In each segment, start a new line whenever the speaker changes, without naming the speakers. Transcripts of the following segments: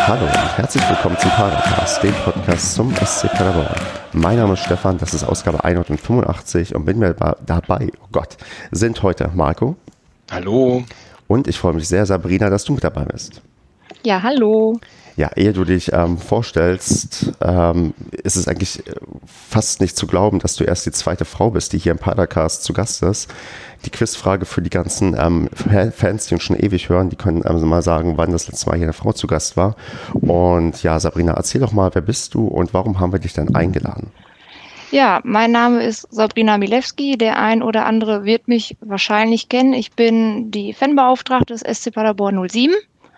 Hallo und herzlich willkommen zum Padercast, dem Podcast zum SC Paderborn. Mein Name ist Stefan, das ist Ausgabe 185 und mit mir dabei, sind heute Marco.
Hallo.
Und ich freue mich sehr, Sabrina, dass du mit dabei bist.
Ja, hallo.
Ja, ehe du dich vorstellst, ist es eigentlich fast nicht zu glauben, dass du erst die zweite Frau bist, die hier im Padercast zu Gast ist. Die Quizfrage für die ganzen Fans, die uns schon ewig hören, die können mal sagen, wann das letzte Mal hier eine Frau zu Gast war. Und ja, Sabrina, erzähl doch mal, wer bist du und warum haben wir dich denn eingeladen?
Ja, mein Name ist Sabrina Milewski. Der ein oder andere wird mich wahrscheinlich kennen. Ich bin die Fanbeauftragte des SC Paderborn 07.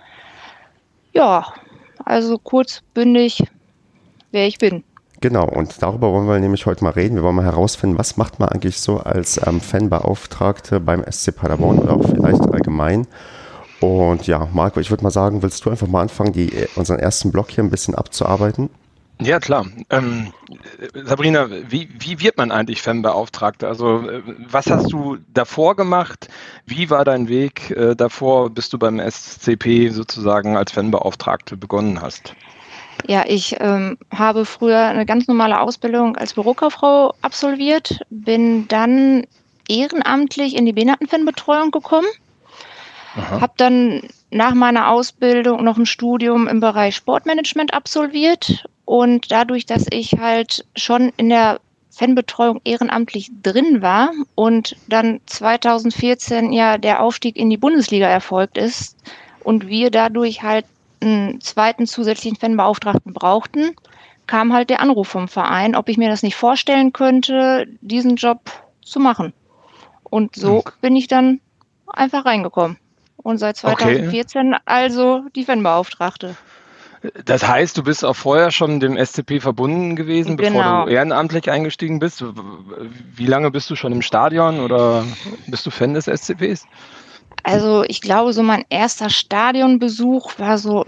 Ja, also kurz, bündig, wer ich bin.
Genau, und darüber wollen wir nämlich heute mal reden. Wir wollen mal herausfinden, was macht man eigentlich so als Fanbeauftragte beim SC Paderborn oder auch vielleicht allgemein. Und ja, Marco, ich würde mal sagen, willst du einfach mal anfangen, unseren ersten Block hier ein bisschen abzuarbeiten?
Ja, klar. Sabrina, wie wird man eigentlich Fanbeauftragte? Also was hast du davor gemacht? Wie war dein Weg davor, bis du beim SCP sozusagen als Fanbeauftragte begonnen hast?
Ja, ich habe früher eine ganz normale Ausbildung als Bürokauffrau absolviert, bin dann ehrenamtlich in die Behindertenfanbetreuung gekommen, habe dann nach meiner Ausbildung noch ein Studium im Bereich Sportmanagement absolviert und dadurch, dass ich halt schon in der Fanbetreuung ehrenamtlich drin war und dann 2014 ja der Aufstieg in die Bundesliga erfolgt ist und wir dadurch halt einen zweiten zusätzlichen Fanbeauftragten brauchten, kam halt der Anruf vom Verein, ob ich mir das nicht vorstellen könnte, diesen Job zu machen. Und so bin ich dann einfach reingekommen. Und seit 2014 also die Fanbeauftragte.
Das heißt, du bist auch vorher schon dem SCP verbunden gewesen, bevor du ehrenamtlich eingestiegen bist. Wie lange bist du schon im Stadion oder bist du Fan des SCPs?
Also ich glaube, so mein erster Stadionbesuch war so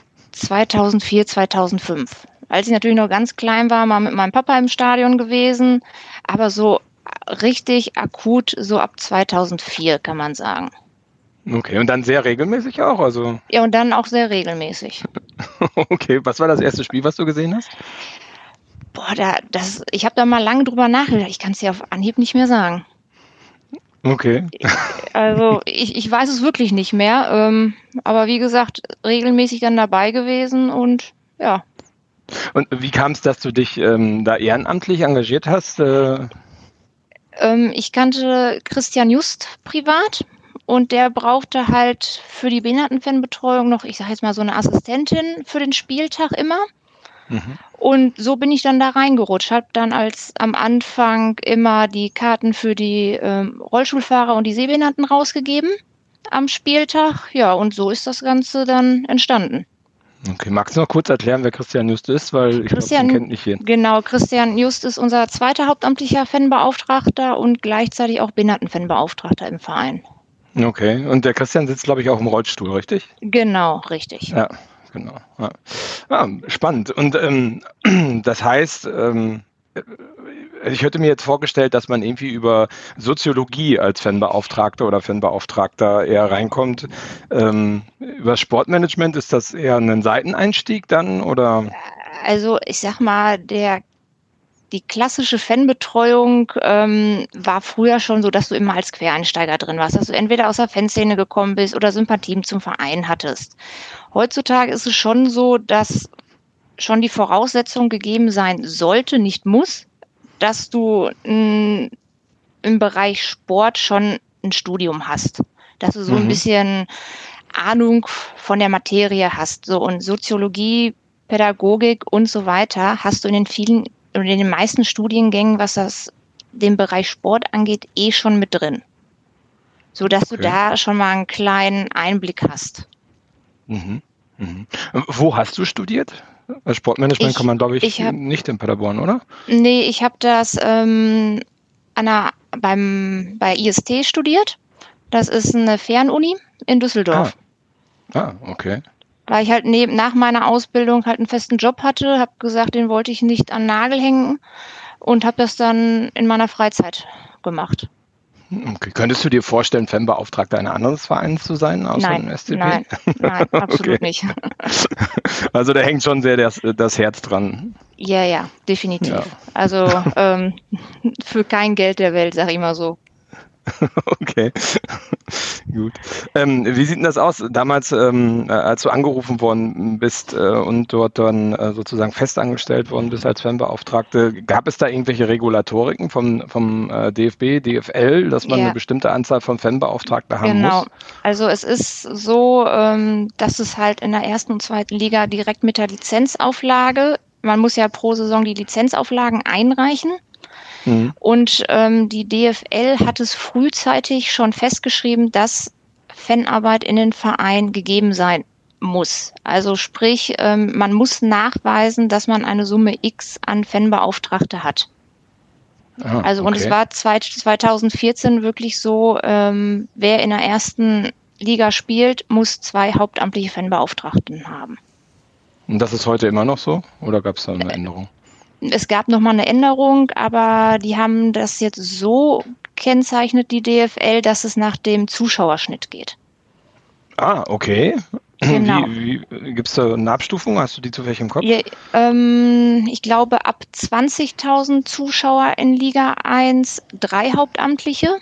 2004, 2005. Als ich natürlich noch ganz klein war, mal mit meinem Papa im Stadion gewesen, aber so richtig akut so ab 2004 kann man sagen.
Okay, und dann sehr regelmäßig auch? Also.
Ja, und dann auch sehr regelmäßig.
Okay, was war das erste Spiel, was du gesehen hast?
Boah, ich habe da mal lange drüber nachgedacht. Ich kann es dir auf Anhieb nicht mehr sagen.
Okay.
Also ich weiß es wirklich nicht mehr. Aber wie gesagt, regelmäßig dann dabei gewesen und ja.
Und wie kam es, dass du dich da ehrenamtlich engagiert hast?
Ich kannte Christian Just privat. Und der brauchte halt für die Behindertenfanbetreuung noch, ich sage jetzt mal, so eine Assistentin für den Spieltag immer. Mhm. Und so bin ich dann da reingerutscht. Habe dann am Anfang immer die Karten für die Rollstuhlfahrer und die Sehbehinderten rausgegeben am Spieltag. Ja, und so ist das Ganze dann entstanden.
Okay, magst du noch kurz erklären, wer Christian Just ist? Weil ich glaube, den kennt nicht jeden.
Genau, Christian Just ist unser zweiter hauptamtlicher Fanbeauftragter und gleichzeitig auch Behindertenfanbeauftragter im Verein.
Okay, und der Christian sitzt, glaube ich, auch im Rollstuhl, richtig?
Genau, richtig.
Ja, genau. Ja, spannend. Und das heißt, ich hätte mir jetzt vorgestellt, dass man irgendwie über Soziologie als Fanbeauftragter oder Fanbeauftragter eher reinkommt. Über Sportmanagement, ist das eher ein Seiteneinstieg dann, oder?
Also ich sag mal, die klassische Fanbetreuung war früher schon so, dass du immer als Quereinsteiger drin warst, dass du entweder aus der Fanszene gekommen bist oder Sympathien zum Verein hattest. Heutzutage ist es schon so, dass schon die Voraussetzung gegeben sein sollte, nicht muss, dass du im Bereich Sport schon ein Studium hast, dass du so ein bisschen Ahnung von der Materie hast. So, und Soziologie, Pädagogik und so weiter hast du in den meisten Studiengängen, was den Bereich Sport angeht, schon mit drin. So dass du da schon mal einen kleinen Einblick hast.
Mhm. Mhm. Wo hast du studiert? Sportmanagement kann man, glaube ich nicht in Paderborn, oder?
Nee, ich habe das bei IST studiert. Das ist eine Fernuni in Düsseldorf.
Okay.
Weil ich halt nach meiner Ausbildung halt einen festen Job hatte, habe gesagt, den wollte ich nicht an den Nagel hängen und habe das dann in meiner Freizeit gemacht.
Okay. Könntest du dir vorstellen, Fanbeauftragter eines anderen Vereins zu sein, außer dem SCP?
Nein, absolut nicht.
Also da hängt schon sehr das Herz dran.
Ja, definitiv.
Ja.
Also für kein Geld der Welt, sag ich mal so.
Okay, gut. Wie sieht denn das aus? Damals, als du angerufen worden bist und dort dann sozusagen festangestellt worden bist als Fanbeauftragte, gab es da irgendwelche Regulatoriken vom DFB, DFL, dass man eine bestimmte Anzahl von Fanbeauftragten haben muss?
Genau. Also es ist so, dass es halt in der ersten und zweiten Liga direkt mit der Lizenzauflage, man muss ja pro Saison die Lizenzauflagen einreichen. Und die DFL hat es frühzeitig schon festgeschrieben, dass Fanarbeit in den Verein gegeben sein muss. Also sprich, man muss nachweisen, dass man eine Summe X an Fanbeauftragte hat. Also und es war 2014 wirklich so, wer in der ersten Liga spielt, muss 2 hauptamtliche Fanbeauftragten haben.
Und das ist heute immer noch so? Oder gab es da eine Änderung?
Es gab nochmal eine Änderung, aber die haben das jetzt so kennzeichnet, die DFL, dass es nach dem Zuschauerschnitt geht.
Ah, okay.
Genau.
Gibt es da eine Abstufung? Hast du die zufällig im Kopf?
Ja, ich glaube, ab 20.000 Zuschauer in Liga 1 3 Hauptamtliche.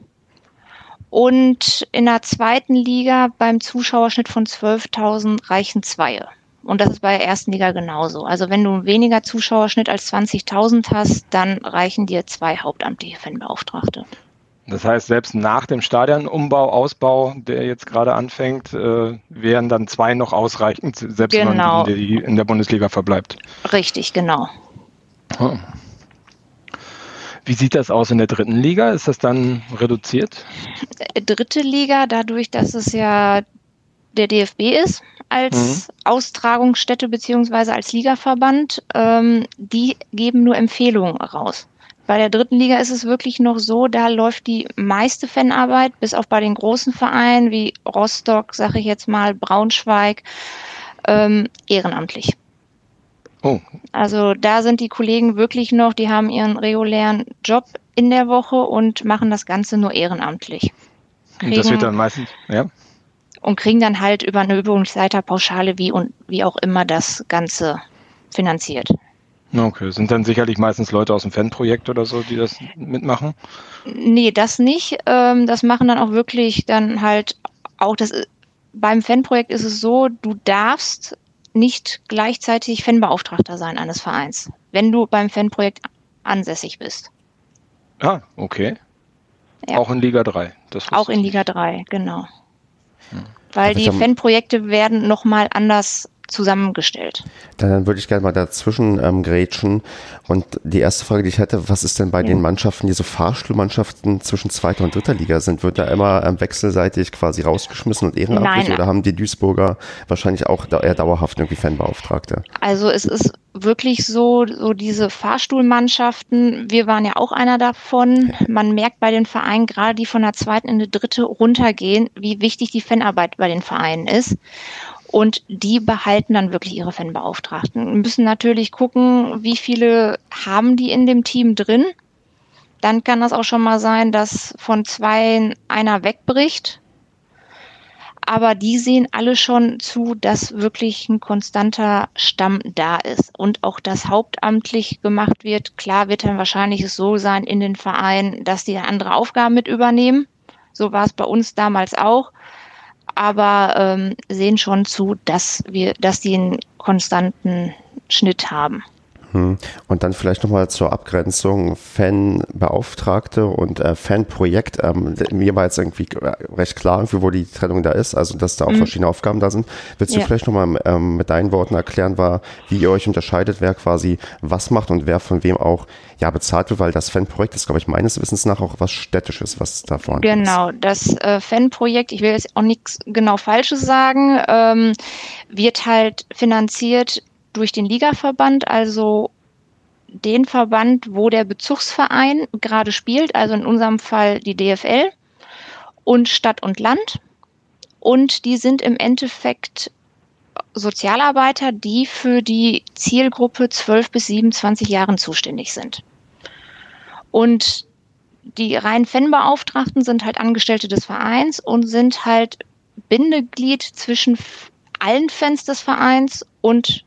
Und in der zweiten Liga beim Zuschauerschnitt von 12.000 reichen 2. Und das ist bei der ersten Liga genauso. Also wenn du weniger Zuschauerschnitt als 20.000 hast, dann reichen dir 2 hauptamtliche Fanbeauftragte.
Das heißt, selbst nach dem Stadionumbau, Ausbau, der jetzt gerade anfängt, wären dann 2 noch ausreichend, selbst wenn man in der Bundesliga verbleibt.
Richtig, genau.
Oh. Wie sieht das aus in der dritten Liga? Ist das dann reduziert?
Dritte Liga, dadurch, dass es ja der DFB ist, als Austragungsstätte beziehungsweise als Ligaverband, die geben nur Empfehlungen raus. Bei der dritten Liga ist es wirklich noch so, da läuft die meiste Fanarbeit, bis auf bei den großen Vereinen wie Rostock, sage ich jetzt mal, Braunschweig, ehrenamtlich.
Oh.
Also da sind die Kollegen wirklich noch, die haben ihren regulären Job in der Woche und machen das Ganze nur ehrenamtlich.
Und das wird dann meistens, ja?
Und kriegen dann halt über eine Übungsleiterpauschale wie auch immer das Ganze finanziert.
Okay, sind dann sicherlich meistens Leute aus dem Fanprojekt oder so, die das mitmachen?
Nee, das nicht. Das machen dann auch wirklich dann halt auch beim Fanprojekt ist es so, du darfst nicht gleichzeitig Fanbeauftragter sein eines Vereins, wenn du beim Fanprojekt ansässig bist.
Ah, okay.
Ja.
Auch in Liga 3.
Auch in Liga 3, genau. Weil die Fanprojekte werden nochmal anders zusammengestellt.
Dann würde ich gerne mal dazwischen grätschen. Und die erste Frage, die ich hätte, was ist denn bei den Mannschaften, die so Fahrstuhlmannschaften zwischen zweiter und dritter Liga sind? Wird da immer wechselseitig quasi rausgeschmissen und ehrenamtlich? Oder haben die Duisburger wahrscheinlich auch eher dauerhaft irgendwie Fanbeauftragte?
Also es ist wirklich so diese Fahrstuhlmannschaften, wir waren ja auch einer davon. Man merkt bei den Vereinen, gerade die von der zweiten in die dritte runtergehen, wie wichtig die Fanarbeit bei den Vereinen ist. Und die behalten dann wirklich ihre Fanbeauftragten. Müssen natürlich gucken, wie viele haben die in dem Team drin. Dann kann das auch schon mal sein, dass von 2 einer wegbricht. Aber die sehen alle schon zu, dass wirklich ein konstanter Stamm da ist. Und auch das hauptamtlich gemacht wird. Klar wird dann wahrscheinlich es so sein in den Vereinen, dass die andere Aufgaben mit übernehmen. So war es bei uns damals auch. Aber sehen schon zu, dass die einen konstanten Schnitt haben.
Und dann vielleicht nochmal zur Abgrenzung Fanbeauftragte und Fanprojekt. Mir war jetzt irgendwie recht klar, wo die Trennung da ist, also dass da auch verschiedene Aufgaben da sind. Willst du vielleicht nochmal mit deinen Worten erklären, wie ihr euch unterscheidet, wer quasi was macht und wer von wem auch bezahlt wird, weil das Fanprojekt ist, glaube ich, meines Wissens nach auch was Städtisches, was da vorne ist.
Genau, das Fanprojekt, ich will jetzt auch nichts genau Falsches sagen, wird halt finanziert durch den Ligaverband, also den Verband, wo der Bezugsverein gerade spielt, also in unserem Fall die DFL und Stadt und Land. Und die sind im Endeffekt Sozialarbeiter, die für die Zielgruppe 12 bis 27 Jahren zuständig sind. Und die reinen Fanbeauftragten sind halt Angestellte des Vereins und sind halt Bindeglied zwischen allen Fans des Vereins und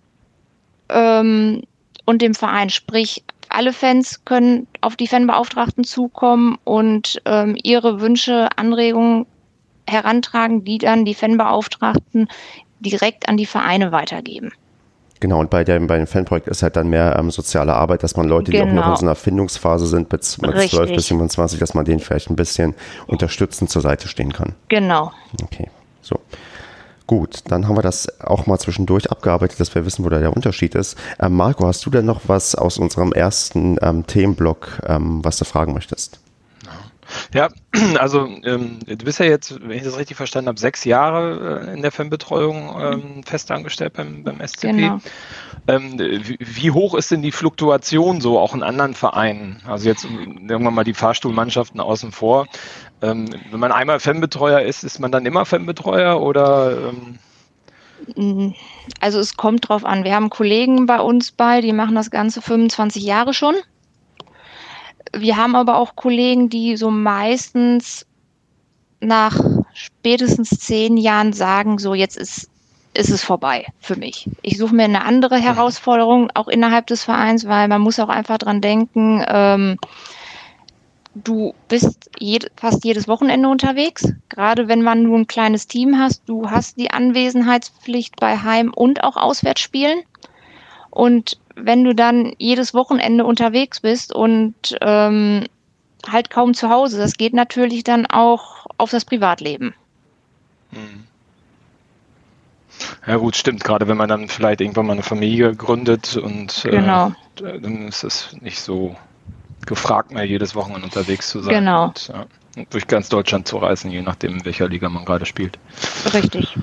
dem Verein. Sprich, alle Fans können auf die Fanbeauftragten zukommen und ihre Wünsche, Anregungen herantragen, die dann die Fanbeauftragten direkt an die Vereine weitergeben.
Genau, und bei dem Fanprojekt ist halt dann mehr soziale Arbeit, dass man Leute, die auch noch in so einer Findungsphase sind, mit 12 bis 27, dass man denen vielleicht ein bisschen unterstützend zur Seite stehen kann.
Genau.
Okay, so. Gut, dann haben wir das auch mal zwischendurch abgearbeitet, dass wir wissen, wo da der Unterschied ist. Marco, hast du denn noch was aus unserem ersten Themenblock, was du fragen möchtest?
Ja, also du bist ja jetzt, wenn ich das richtig verstanden habe, 6 Jahre in der Fanbetreuung fest angestellt beim SCP.
Genau.
Wie hoch ist denn die Fluktuation so auch in anderen Vereinen? Also jetzt irgendwann mal die Fahrstuhlmannschaften außen vor. Wenn man einmal Fanbetreuer ist man dann immer Fanbetreuer oder?
Also es kommt drauf an. Wir haben Kollegen bei uns die machen das Ganze 25 Jahre schon. Wir haben aber auch Kollegen, die so meistens nach spätestens 10 Jahren sagen, so jetzt ist es vorbei für mich. Ich suche mir eine andere Herausforderung, auch innerhalb des Vereins, weil man muss auch einfach dran denken, du bist fast jedes Wochenende unterwegs, gerade wenn man nur ein kleines Team hast. Du hast die Anwesenheitspflicht bei Heim- und auch Auswärtsspielen. Und wenn du dann jedes Wochenende unterwegs bist und halt kaum zu Hause, das geht natürlich dann auch auf das Privatleben.
Ja gut, stimmt. Gerade wenn man dann vielleicht irgendwann mal eine Familie gründet und
Genau.
Dann ist es nicht so gefragt, mehr jedes Wochenende unterwegs zu sein.
Genau.
Und durch ganz Deutschland zu reisen, je nachdem, in welcher Liga man gerade spielt.
Richtig.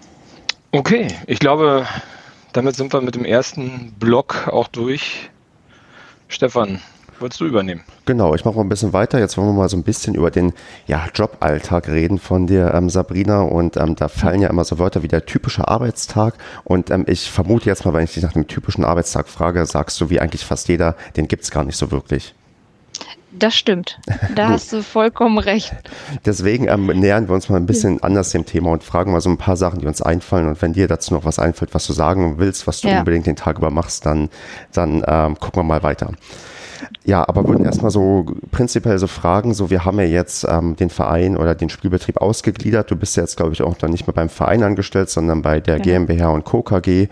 Okay, ich glaube, damit sind wir mit dem ersten Block auch durch. Stefan, wolltest du übernehmen?
Genau, ich mache mal ein bisschen weiter. Jetzt wollen wir mal so ein bisschen über den Joballtag reden von dir, Sabrina. Und da fallen ja immer so Wörter wie der typische Arbeitstag. Und ich vermute jetzt mal, wenn ich dich nach dem typischen Arbeitstag frage, sagst du wie eigentlich fast jeder, den gibt es gar nicht so wirklich.
Das stimmt. Da hast du vollkommen recht.
Deswegen nähern wir uns mal ein bisschen anders dem Thema und fragen mal so ein paar Sachen, die uns einfallen. Und wenn dir dazu noch was einfällt, was du sagen willst, was du unbedingt den Tag über machst, dann gucken wir mal weiter. Ja, aber würden erstmal so prinzipiell so fragen, so wir haben ja jetzt den Verein oder den Spielbetrieb ausgegliedert. Du bist ja jetzt, glaube ich, auch dann nicht mehr beim Verein angestellt, sondern bei der GmbH und Co. KG.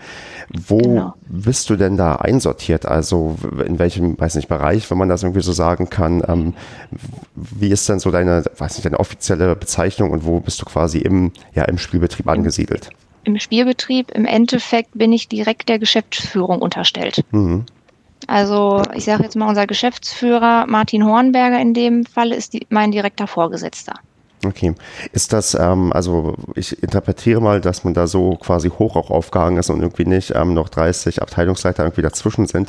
Wo bist du denn da einsortiert? Also in welchem, weiß nicht, Bereich, wenn man das irgendwie so sagen kann. Wie ist denn so deine offizielle Bezeichnung und wo bist du quasi im Spielbetrieb angesiedelt?
Im Spielbetrieb, im Endeffekt bin ich direkt der Geschäftsführung unterstellt.
Mhm.
Also ich sage jetzt mal, unser Geschäftsführer Martin Hornberger in dem Fall ist mein direkter Vorgesetzter.
Okay. Ist das, also ich interpretiere mal, dass man da so quasi hoch auch aufgehangen ist und irgendwie nicht noch 30 Abteilungsleiter irgendwie dazwischen sind.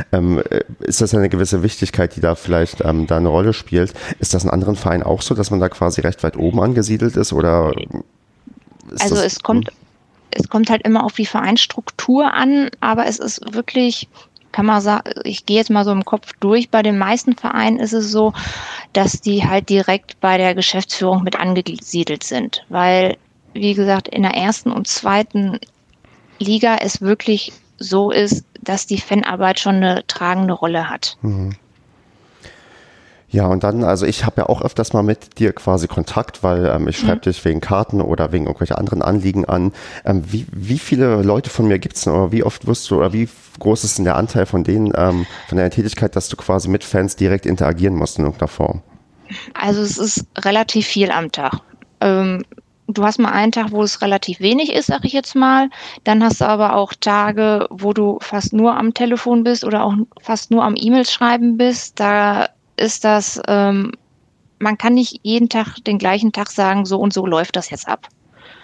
Ist das eine gewisse Wichtigkeit, die da vielleicht da eine Rolle spielt? Ist das in anderen Vereinen auch so, dass man da quasi recht weit oben angesiedelt ist? Oder
also es kommt halt immer auf die Vereinsstruktur an, aber es ist wirklich, kann man sagen, ich gehe jetzt mal so im Kopf durch, bei den meisten Vereinen ist es so, dass die halt direkt bei der Geschäftsführung mit angesiedelt sind, weil, wie gesagt, in der ersten und zweiten Liga es wirklich so ist, dass die Fanarbeit schon eine tragende Rolle hat.
Mhm. Ja, und dann, also ich habe ja auch öfters mal mit dir quasi Kontakt, weil ich schreibe dich wegen Karten oder wegen irgendwelcher anderen Anliegen an. Wie viele Leute von mir gibt es denn oder wie oft wirst du oder wie groß ist denn der Anteil von denen, von deiner Tätigkeit, dass du quasi mit Fans direkt interagieren musst in irgendeiner Form?
Also es ist relativ viel am Tag. Du hast mal einen Tag, wo es relativ wenig ist, sag ich jetzt mal. Dann hast du aber auch Tage, wo du fast nur am Telefon bist oder auch fast nur am E-Mails schreiben bist. Da ist das, man kann nicht jeden Tag, den gleichen Tag sagen, so und so läuft das jetzt ab.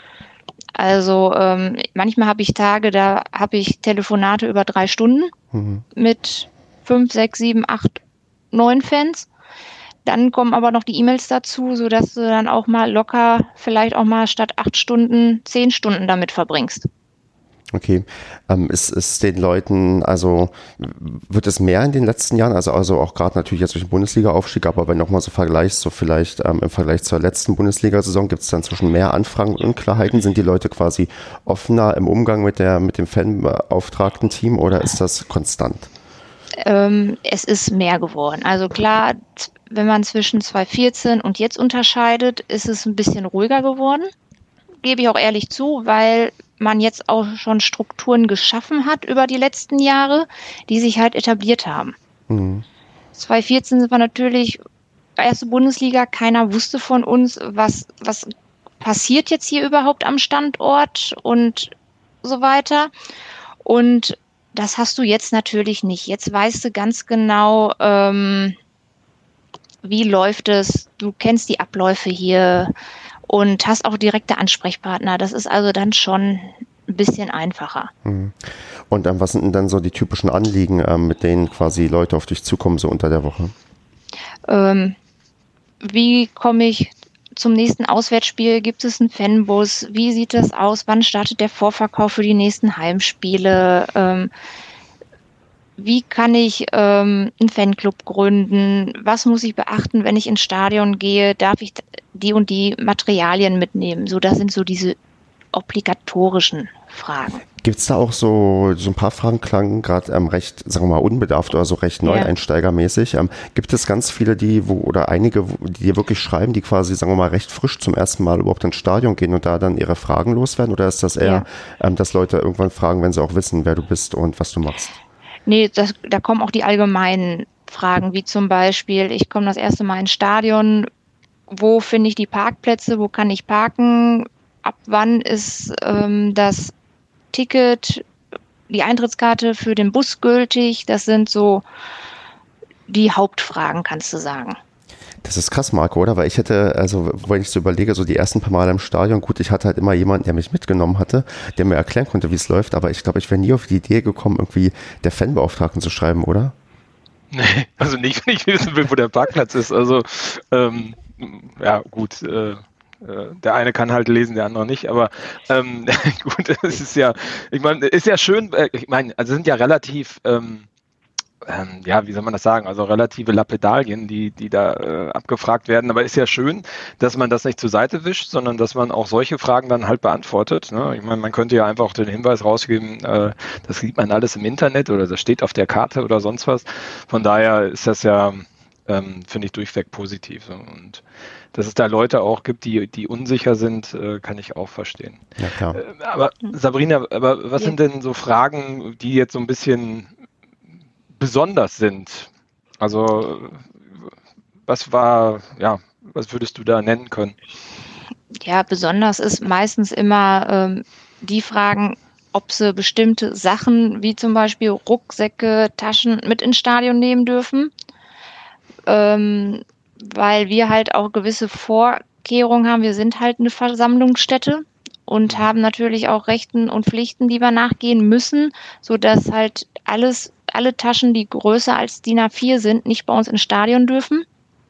Also manchmal habe ich Tage, da habe ich Telefonate über 3 Stunden mit 5, 6, 7, 8, 9 Fans. Dann kommen aber noch die E-Mails dazu, sodass du dann auch mal locker vielleicht auch mal statt 8 Stunden 10 Stunden damit verbringst.
Okay. Ist den Leuten, also wird es mehr in den letzten Jahren, also auch gerade natürlich jetzt durch den Bundesliga-Aufstieg, aber wenn du nochmal so vergleichst, so vielleicht im Vergleich zur letzten Bundesliga-Saison, gibt es dann zwischen mehr Anfragen und Unklarheiten? Sind die Leute quasi offener im Umgang mit dem fanbeauftragten Team oder ist das konstant?
Es ist mehr geworden. Also klar, wenn man zwischen 2014 und jetzt unterscheidet, ist es ein bisschen ruhiger geworden. Gebe ich auch ehrlich zu, weil man jetzt auch schon Strukturen geschaffen hat über die letzten Jahre, die sich halt etabliert haben. 2014 sind wir natürlich erste Bundesliga, keiner wusste von uns, was passiert jetzt hier überhaupt am Standort und so weiter. Und das hast du jetzt natürlich nicht. Jetzt weißt du ganz genau, wie läuft es, du kennst die Abläufe hier und hast auch direkte Ansprechpartner. Das ist also dann schon ein bisschen einfacher.
Und was sind denn dann so die typischen Anliegen, mit denen quasi Leute auf dich zukommen, so unter der Woche?
Wie komme ich zum nächsten Auswärtsspiel? Gibt es einen Fanbus? Wie sieht das aus? Wann startet der Vorverkauf für die nächsten Heimspiele? Wie kann ich einen Fanclub gründen? Was muss ich beachten, wenn ich ins Stadion gehe? Darf ich die und die Materialien mitnehmen? So, das sind so diese obligatorischen Fragen.
Gibt es da auch so ein paar Fragen, klangen gerade recht, sagen wir mal, unbedarft oder so recht neueinsteigermäßig. Gibt es ganz viele, oder einige, die dir wirklich schreiben, die quasi, sagen wir mal, recht frisch zum ersten Mal überhaupt ins Stadion gehen und da dann ihre Fragen loswerden? Oder ist das eher, dass Leute irgendwann fragen, wenn sie auch wissen, wer du bist und was du machst?
Nee, da kommen auch die allgemeinen Fragen, wie zum Beispiel, ich komme das erste Mal ins Stadion, wo finde ich die Parkplätze, wo kann ich parken, ab wann ist das Ticket, die Eintrittskarte für den Bus gültig? Das sind so die Hauptfragen, kannst du sagen.
Das ist krass, Marco, oder? Weil ich hätte, also wenn ich so überlege, so die ersten paar Mal im Stadion, gut, ich hatte halt immer jemanden, der mich mitgenommen hatte, der mir erklären konnte, wie es läuft, aber ich glaube, ich wäre nie auf die Idee gekommen, irgendwie der Fanbeauftragten zu schreiben, oder?
Nee, also nicht, wenn ich wissen will, wo der Parkplatz ist. Also, ja, gut, der eine kann halt lesen, der andere nicht, aber gut, es ist ja, ich meine, ist ja schön, ich meine, also sind ja relativ, ja, wie soll man das sagen, also relative Lapidalien, die da abgefragt werden, aber ist ja schön, dass man das nicht zur Seite wischt, sondern dass man auch solche Fragen dann halt beantwortet, ne? Ich meine, man könnte ja einfach auch den Hinweis rausgeben, das sieht man alles im Internet oder das steht auf der Karte oder sonst was, von daher ist das ja, finde ich, durchweg positiv, so. Und dass es da Leute auch gibt, die unsicher sind, kann ich auch verstehen.
Ja, klar.
Aber Sabrina, was sind denn so Fragen, die jetzt so ein bisschen besonders sind? Also was würdest du da nennen können?
Ja, besonders ist meistens immer die Fragen, ob sie bestimmte Sachen wie zum Beispiel Rucksäcke, Taschen mit ins Stadion nehmen dürfen, weil wir halt auch gewisse Vorkehrungen haben. Wir sind halt eine Versammlungsstätte und haben natürlich auch Rechten und Pflichten, die wir nachgehen müssen, sodass halt alle Taschen, die größer als DIN A4 sind, nicht bei uns ins Stadion dürfen.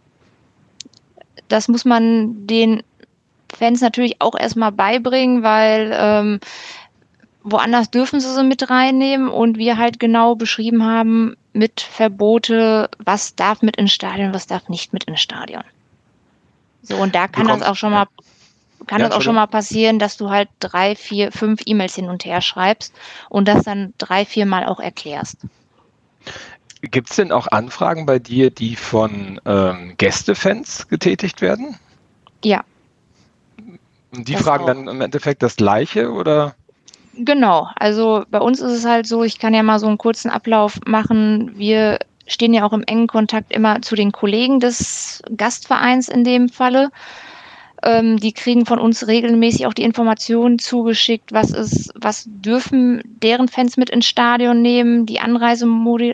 Das muss man den Fans natürlich auch erstmal beibringen, weil woanders dürfen sie mit reinnehmen und wir halt genau beschrieben haben mit Verbote, was darf mit ins Stadion, was darf nicht mit ins Stadion. So, und da kann das auch schon mal passieren, dass du halt 3, 4, 5 E-Mails hin und her schreibst und das dann 3, 4 Mal auch erklärst.
Gibt es denn auch Anfragen bei dir, die von Gästefans getätigt werden?
Ja.
Und die fragen dann im Endeffekt das Gleiche, oder?
Genau, also bei uns ist es halt so, ich kann ja mal so einen kurzen Ablauf machen. Wir stehen ja auch im engen Kontakt immer zu den Kollegen des Gastvereins in dem Falle. Die kriegen von uns regelmäßig auch die Informationen zugeschickt, was dürfen deren Fans mit ins Stadion nehmen. Die Anreisewege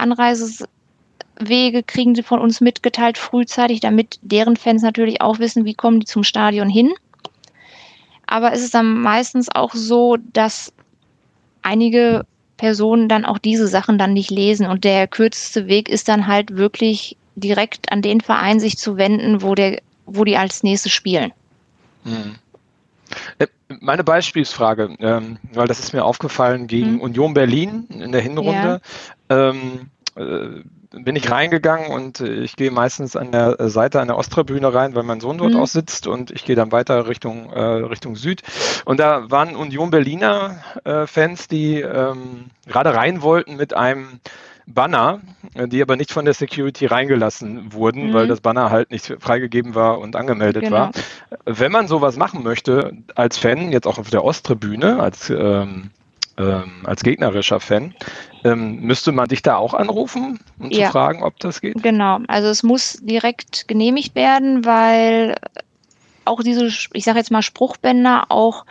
kriegen sie von uns mitgeteilt frühzeitig, damit deren Fans natürlich auch wissen, wie kommen die zum Stadion hin. Aber es ist dann meistens auch so, dass einige Personen dann auch diese Sachen dann nicht lesen und der kürzeste Weg ist dann halt wirklich direkt an den Verein sich zu wenden, wo die als nächstes spielen.
Meine Beispielsfrage, weil das ist mir aufgefallen gegen Union Berlin in der Hinrunde. Ja. Bin ich reingegangen und ich gehe meistens an der Seite an der Osttribüne rein, weil mein Sohn dort aussitzt, und ich gehe dann weiter Richtung Süd. Und da waren Union Berliner Fans, die gerade rein wollten mit einem Banner, die aber nicht von der Security reingelassen wurden, weil das Banner halt nicht freigegeben war und angemeldet war. Wenn man sowas machen möchte als Fan, jetzt auch auf der Osttribüne, als gegnerischer Fan, müsste man dich da auch anrufen, um zu fragen, ob das geht?
Genau, also es muss direkt genehmigt werden, weil auch diese, ich sage jetzt mal Spruchbänder auch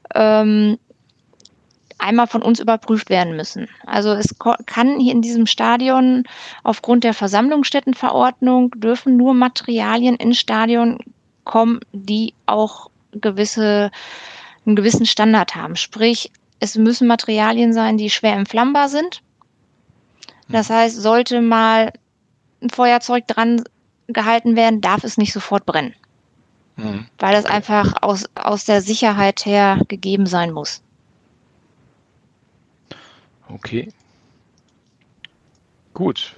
einmal von uns überprüft werden müssen. Also es kann hier in diesem Stadion aufgrund der Versammlungsstättenverordnung dürfen nur Materialien ins Stadion kommen, die auch einen gewissen Standard haben. Sprich, es müssen Materialien sein, die schwer entflammbar sind. Das heißt, sollte mal ein Feuerzeug dran gehalten werden, darf es nicht sofort brennen. Weil das einfach aus der Sicherheit her gegeben sein muss.
Okay. Gut.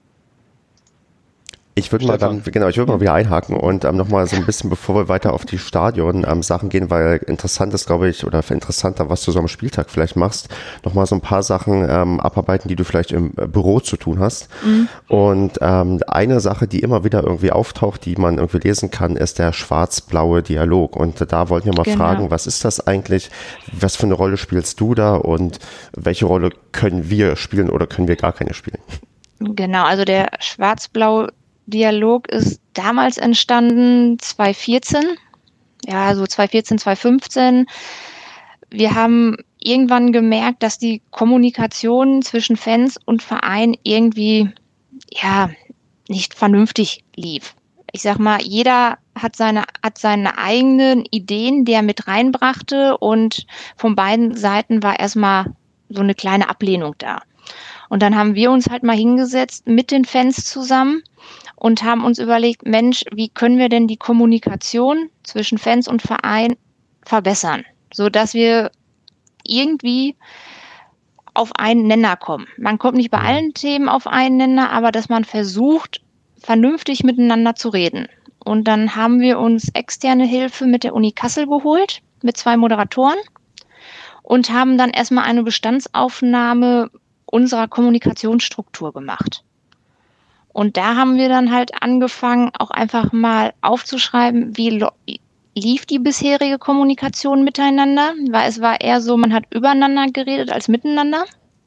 Ich würde mal wieder einhaken und nochmal so ein bisschen, bevor wir weiter auf die Stadion-Sachen gehen, weil interessant ist, glaube ich, oder interessanter, was du so am Spieltag vielleicht machst, nochmal so ein paar Sachen abarbeiten, die du vielleicht im Büro zu tun hast. Und eine Sache, die immer wieder irgendwie auftaucht, die man irgendwie lesen kann, ist der schwarz-blaue Dialog. Und da wollten wir mal fragen, was ist das eigentlich? Was für eine Rolle spielst du da und welche Rolle können wir spielen oder können wir gar keine spielen?
Genau, also der schwarz-blaue Dialog ist damals entstanden, 2014, ja, so 2014, 2015. Wir haben irgendwann gemerkt, dass die Kommunikation zwischen Fans und Verein irgendwie, nicht vernünftig lief. Ich sag mal, jeder hat seine eigenen Ideen, die er mit reinbrachte, und von beiden Seiten war erstmal so eine kleine Ablehnung da. Und dann haben wir uns halt mal hingesetzt mit den Fans zusammen und haben uns überlegt, Mensch, wie können wir denn die Kommunikation zwischen Fans und Verein verbessern, sodass wir irgendwie auf einen Nenner kommen. Man kommt nicht bei allen Themen auf einen Nenner, aber dass man versucht, vernünftig miteinander zu reden. Und dann haben wir uns externe Hilfe mit der Uni Kassel geholt, mit 2 Moderatoren, und haben dann erstmal eine Bestandsaufnahme unserer Kommunikationsstruktur gemacht. Und da haben wir dann halt angefangen, auch einfach mal aufzuschreiben, wie lief die bisherige Kommunikation miteinander, weil es war eher so, man hat übereinander geredet als miteinander.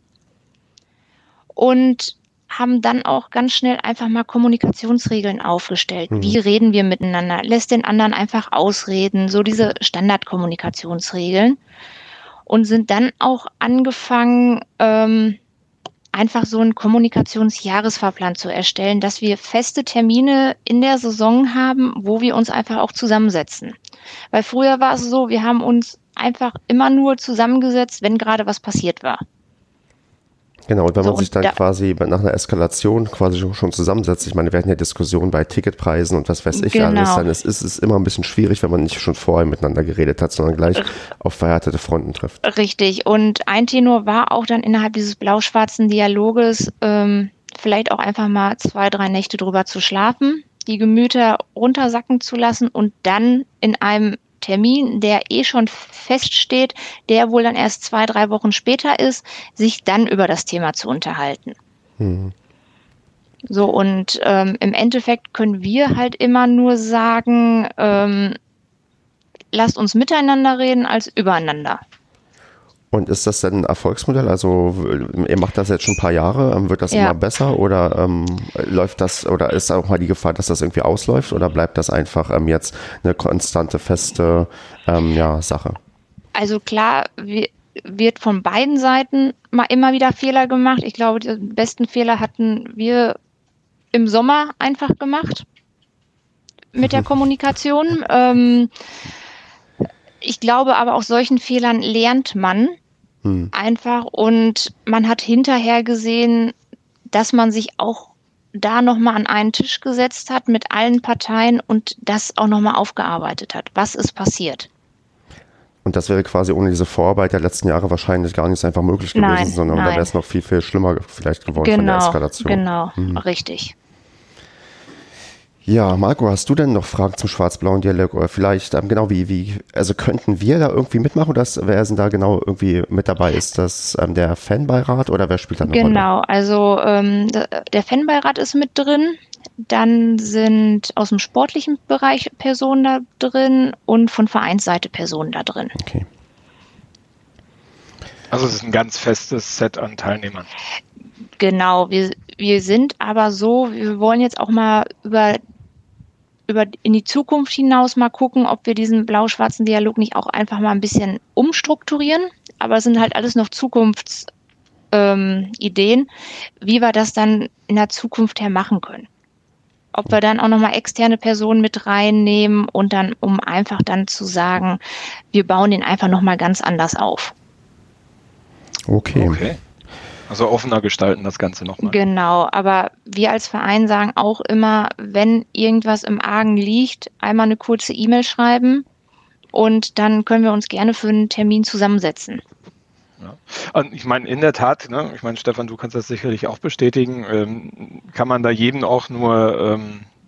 Und haben dann auch ganz schnell einfach mal Kommunikationsregeln aufgestellt. Wie reden wir miteinander? Lässt den anderen einfach ausreden, so diese Standardkommunikationsregeln. Und sind dann auch angefangen, einfach so einen Kommunikationsjahresfahrplan zu erstellen, dass wir feste Termine in der Saison haben, wo wir uns einfach auch zusammensetzen. Weil früher war es so, wir haben uns einfach immer nur zusammengesetzt, wenn gerade was passiert war.
Genau, und wenn man sich dann quasi nach einer Eskalation quasi schon zusammensetzt, ich meine, wir hatten ja Diskussionen bei Ticketpreisen und was weiß ich alles, dann ist es immer ein bisschen schwierig, wenn man nicht schon vorher miteinander geredet hat, sondern gleich auf verhärtete Fronten trifft.
Richtig, und ein Tenor war auch dann innerhalb dieses blau-schwarzen Dialoges vielleicht auch einfach mal 2, 3 Nächte drüber zu schlafen, die Gemüter runtersacken zu lassen und dann in einem Termin, der schon feststeht, der wohl dann erst 2, 3 Wochen später ist, sich dann über das Thema zu unterhalten. So, und im Endeffekt können wir halt immer nur sagen, lasst uns miteinander reden als übereinander.
Und ist das denn ein Erfolgsmodell? Also ihr macht das jetzt schon ein paar Jahre, wird das immer besser oder läuft das, oder ist auch mal die Gefahr, dass das irgendwie ausläuft, oder bleibt das einfach jetzt eine konstante, feste Sache?
Also klar, wird von beiden Seiten mal immer wieder Fehler gemacht. Ich glaube, die besten Fehler hatten wir im Sommer einfach gemacht mit der Kommunikation. Ich glaube aber, aus solchen Fehlern lernt man einfach, und man hat hinterher gesehen, dass man sich auch da nochmal an einen Tisch gesetzt hat mit allen Parteien und das auch nochmal aufgearbeitet hat. Was ist passiert?
Und das wäre quasi ohne diese Vorarbeit der letzten Jahre wahrscheinlich gar nicht so einfach möglich gewesen, sondern da wäre es noch viel, viel schlimmer vielleicht geworden von der Eskalation.
Genau, richtig.
Ja, Marco, hast du denn noch Fragen zum schwarz-blauen Dialog oder vielleicht, genau, also könnten wir da irgendwie mitmachen oder wer ist denn da genau irgendwie mit dabei? Ist das der Fanbeirat oder wer spielt da eine Rolle?
Genau, also der Fanbeirat ist mit drin, dann sind aus dem sportlichen Bereich Personen da drin und von Vereinsseite Personen da drin.
Okay.
Also es ist ein ganz festes Set an Teilnehmern.
Genau, wir sind aber so, wir wollen jetzt auch mal über in die Zukunft hinaus mal gucken, ob wir diesen blau-schwarzen Dialog nicht auch einfach mal ein bisschen umstrukturieren. Aber es sind halt alles noch Zukunftsideen, wie wir das dann in der Zukunft her machen können. Ob wir dann auch nochmal externe Personen mit reinnehmen und dann, um einfach dann zu sagen, wir bauen den einfach nochmal ganz anders auf.
Okay.
Also offener gestalten das Ganze nochmal.
Genau, aber wir als Verein sagen auch immer, wenn irgendwas im Argen liegt, einmal eine kurze E-Mail schreiben und dann können wir uns gerne für einen Termin zusammensetzen.
Ja. Und ich meine, in der Tat, ne, ich meine, Stefan, du kannst das sicherlich auch bestätigen, kann man da jedem auch nur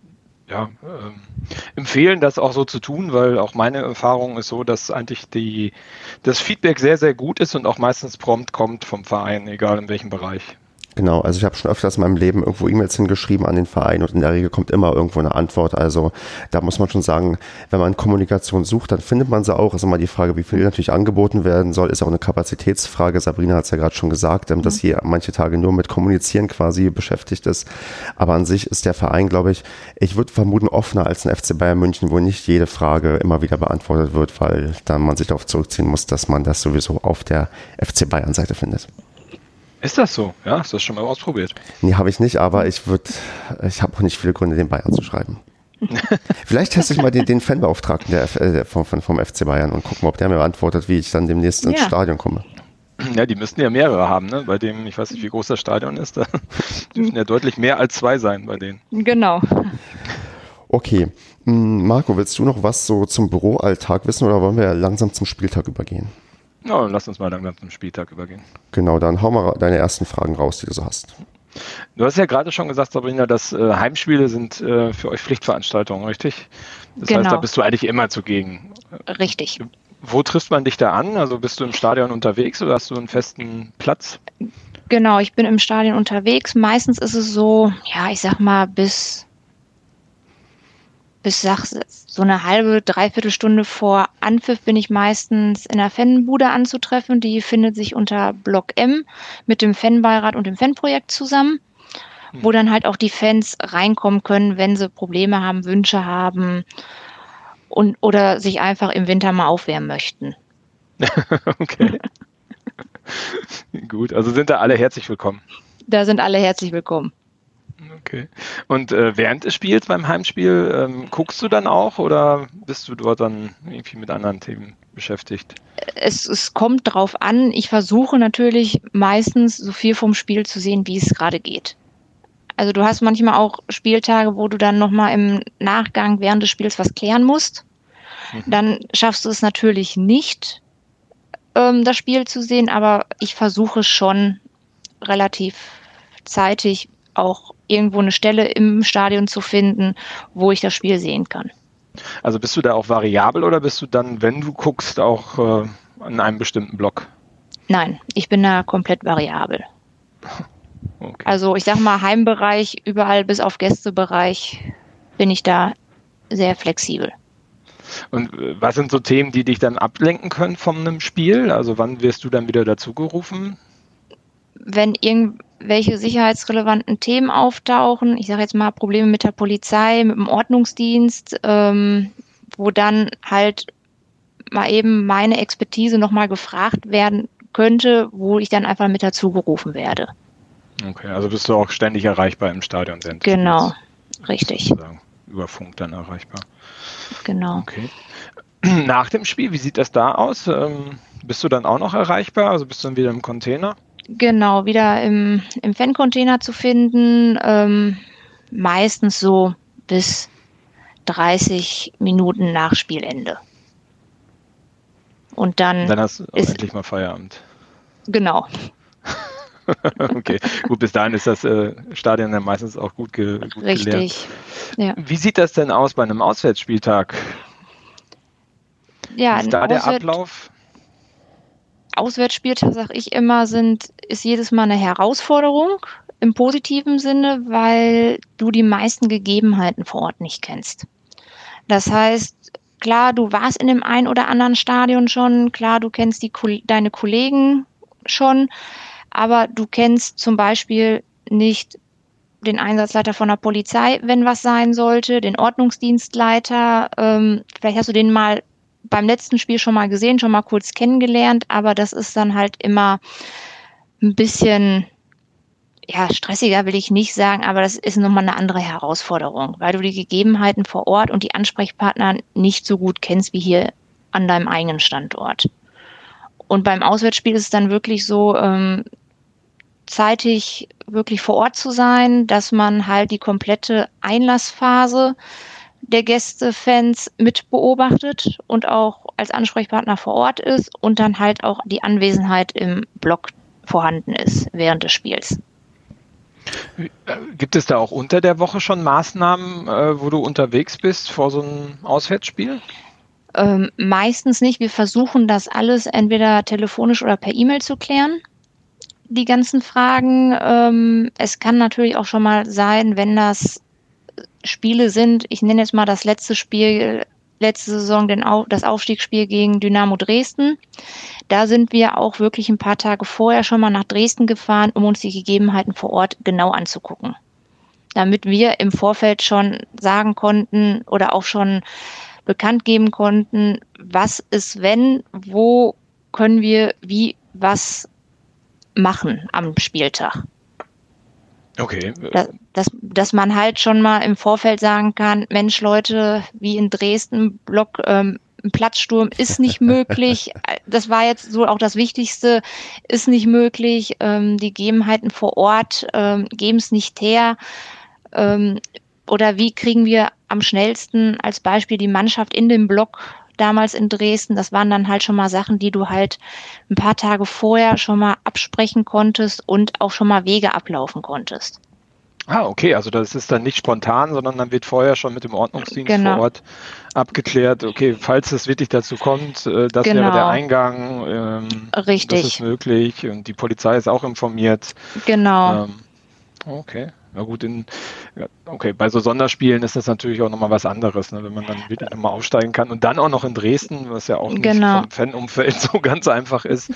empfehlen, das auch so zu tun, weil auch meine Erfahrung ist so, dass eigentlich das Feedback sehr, sehr gut ist und auch meistens prompt kommt vom Verein, egal in welchem Bereich.
Genau, also ich habe schon öfters in meinem Leben irgendwo E-Mails hingeschrieben an den Verein und in der Regel kommt immer irgendwo eine Antwort. Also da muss man schon sagen, wenn man Kommunikation sucht, dann findet man sie auch. Ist immer die Frage, wie viel natürlich angeboten werden soll, ist auch eine Kapazitätsfrage. Sabrina hat es ja gerade schon gesagt, dass hier manche Tage nur mit Kommunizieren quasi beschäftigt ist. Aber an sich ist der Verein, glaube ich würde vermuten, offener als ein FC Bayern München, wo nicht jede Frage immer wieder beantwortet wird, weil dann man sich darauf zurückziehen muss, dass man das sowieso auf der FC Bayern Seite findet.
Ist das so? Ja, hast du das schon mal ausprobiert?
Nee, habe ich nicht, aber ich habe auch nicht viele Gründe, den Bayern zu schreiben. Vielleicht teste ich mal den Fanbeauftragten vom FC Bayern und gucken, ob der mir beantwortet, wie ich dann demnächst ins Stadion komme.
Ja, die müssten ja mehrere haben, ne? Bei dem, ich weiß nicht, wie groß das Stadion ist, da dürfen ja deutlich mehr als 2 sein bei denen.
Genau.
Okay. Marco, willst du noch was so zum Büroalltag wissen oder wollen wir langsam zum Spieltag übergehen?
Ja, lass uns mal langsam zum Spieltag übergehen.
Genau, dann hau mal deine ersten Fragen raus, die du so hast.
Du hast ja gerade schon gesagt, Sabrina, dass Heimspiele sind für euch Pflichtveranstaltungen, richtig? Das heißt, da bist du eigentlich immer zugegen.
Richtig.
Wo trifft man dich da an? Also bist du im Stadion unterwegs oder hast du einen festen Platz?
Genau, ich bin im Stadion unterwegs. Meistens ist es so, ja, ich sag mal, bis so eine halbe, dreiviertel Stunde vor Anpfiff bin ich meistens in der Fanbude anzutreffen. Die findet sich unter Block M mit dem Fanbeirat und dem Fanprojekt zusammen, wo dann halt auch die Fans reinkommen können, wenn sie Probleme haben, Wünsche haben oder sich einfach im Winter mal aufwärmen möchten.
Okay. Gut, also sind da alle herzlich willkommen.
Da sind alle herzlich willkommen.
Okay. Und während des Spiels, beim Heimspiel, guckst du dann auch oder bist du dort dann irgendwie mit anderen Themen beschäftigt?
Es kommt drauf an. Ich versuche natürlich meistens so viel vom Spiel zu sehen, wie es gerade geht. Also du hast manchmal auch Spieltage, wo du dann nochmal im Nachgang während des Spiels was klären musst. Dann schaffst du es natürlich nicht, das Spiel zu sehen, aber ich versuche schon relativ zeitig auch irgendwo eine Stelle im Stadion zu finden, wo ich das Spiel sehen kann.
Also bist du da auch variabel oder bist du dann, wenn du guckst, auch an einem bestimmten Block?
Nein, ich bin da komplett variabel.
Okay.
Also ich sag mal, Heimbereich, überall bis auf Gästebereich bin ich da sehr flexibel.
Und was sind so Themen, die dich dann ablenken können von einem Spiel? Also wann wirst du dann wieder dazugerufen?
Wenn irgendwelche sicherheitsrelevanten Themen auftauchen, ich sage jetzt mal Probleme mit der Polizei, mit dem Ordnungsdienst, wo dann halt mal eben meine Expertise nochmal gefragt werden könnte, wo ich dann einfach mit dazugerufen werde.
Okay, also bist du auch ständig erreichbar im Stadion sind.
Genau, richtig.
Über Funk dann erreichbar.
Genau.
Okay. Nach dem Spiel, wie sieht das da aus? Bist du dann auch noch erreichbar? Also bist du dann wieder im Container?
Genau, wieder im Fan-Container zu finden, meistens so bis 30 Minuten nach Spielende. Und dann
hast du endlich mal Feierabend.
Genau.
Okay, gut, bis dahin ist das Stadion dann meistens auch gut geleert.
Richtig. Ja.
Wie sieht das denn aus bei einem Auswärtsspieltag?
Ja,
wie ist da der Ablauf?
Auswärtsspieltag, sag ich immer, ist jedes Mal eine Herausforderung im positiven Sinne, weil du die meisten Gegebenheiten vor Ort nicht kennst. Das heißt, klar, du warst in dem einen oder anderen Stadion schon, klar, du kennst deine Kollegen schon, aber du kennst zum Beispiel nicht den Einsatzleiter von der Polizei, wenn was sein sollte, den Ordnungsdienstleiter, vielleicht hast du den mal beim letzten Spiel schon mal gesehen, schon mal kurz kennengelernt, aber das ist dann halt immer ein bisschen, ja, stressiger will ich nicht sagen, aber das ist nochmal eine andere Herausforderung, weil du die Gegebenheiten vor Ort und die Ansprechpartner nicht so gut kennst wie hier an deinem eigenen Standort. Und beim Auswärtsspiel ist es dann wirklich so, zeitig wirklich vor Ort zu sein, dass man halt die komplette Einlassphase der Gästefans mit beobachtet und auch als Ansprechpartner vor Ort ist und dann halt auch die Anwesenheit im Block vorhanden ist während des Spiels.
Gibt es da auch unter der Woche schon Maßnahmen, wo du unterwegs bist vor so einem Auswärtsspiel?
Meistens nicht. Wir versuchen das alles entweder telefonisch oder per E-Mail zu klären, die ganzen Fragen. Es kann natürlich auch schon mal sein, wenn das Spiele sind, ich nenne jetzt mal das letzte Spiel, letzte Saison das Aufstiegsspiel gegen Dynamo Dresden. Da sind wir auch wirklich ein paar Tage vorher schon mal nach Dresden gefahren, um uns die Gegebenheiten vor Ort genau anzugucken. Damit wir im Vorfeld schon sagen konnten oder auch schon bekannt geben konnten, was ist wenn, wo können wir wie was machen am Spieltag.
Okay.
Dass man halt schon mal im Vorfeld sagen kann, Mensch Leute, wie in Dresden, Block, ein Platzsturm ist nicht möglich. Das war jetzt so auch das Wichtigste, ist nicht möglich. Die Gegebenheiten vor Ort geben es nicht her. Oder wie kriegen wir am schnellsten als Beispiel die Mannschaft in den Block damals in Dresden? Das waren dann halt schon mal Sachen, die du halt ein paar Tage vorher schon mal absprechen konntest und auch schon mal Wege ablaufen konntest.
Ah, okay, also das ist dann nicht spontan, sondern dann wird vorher schon mit dem Ordnungsdienst vor Ort abgeklärt, okay, falls es wirklich dazu kommt, das wäre der Eingang,
Richtig.
Das ist möglich und die Polizei ist auch informiert.
Genau.
Okay. Na gut, bei so Sonderspielen ist das natürlich auch nochmal was anderes, ne, wenn man dann wirklich nochmal aufsteigen kann und dann auch noch in Dresden, was ja auch nicht vom Fanumfeld so ganz einfach ist.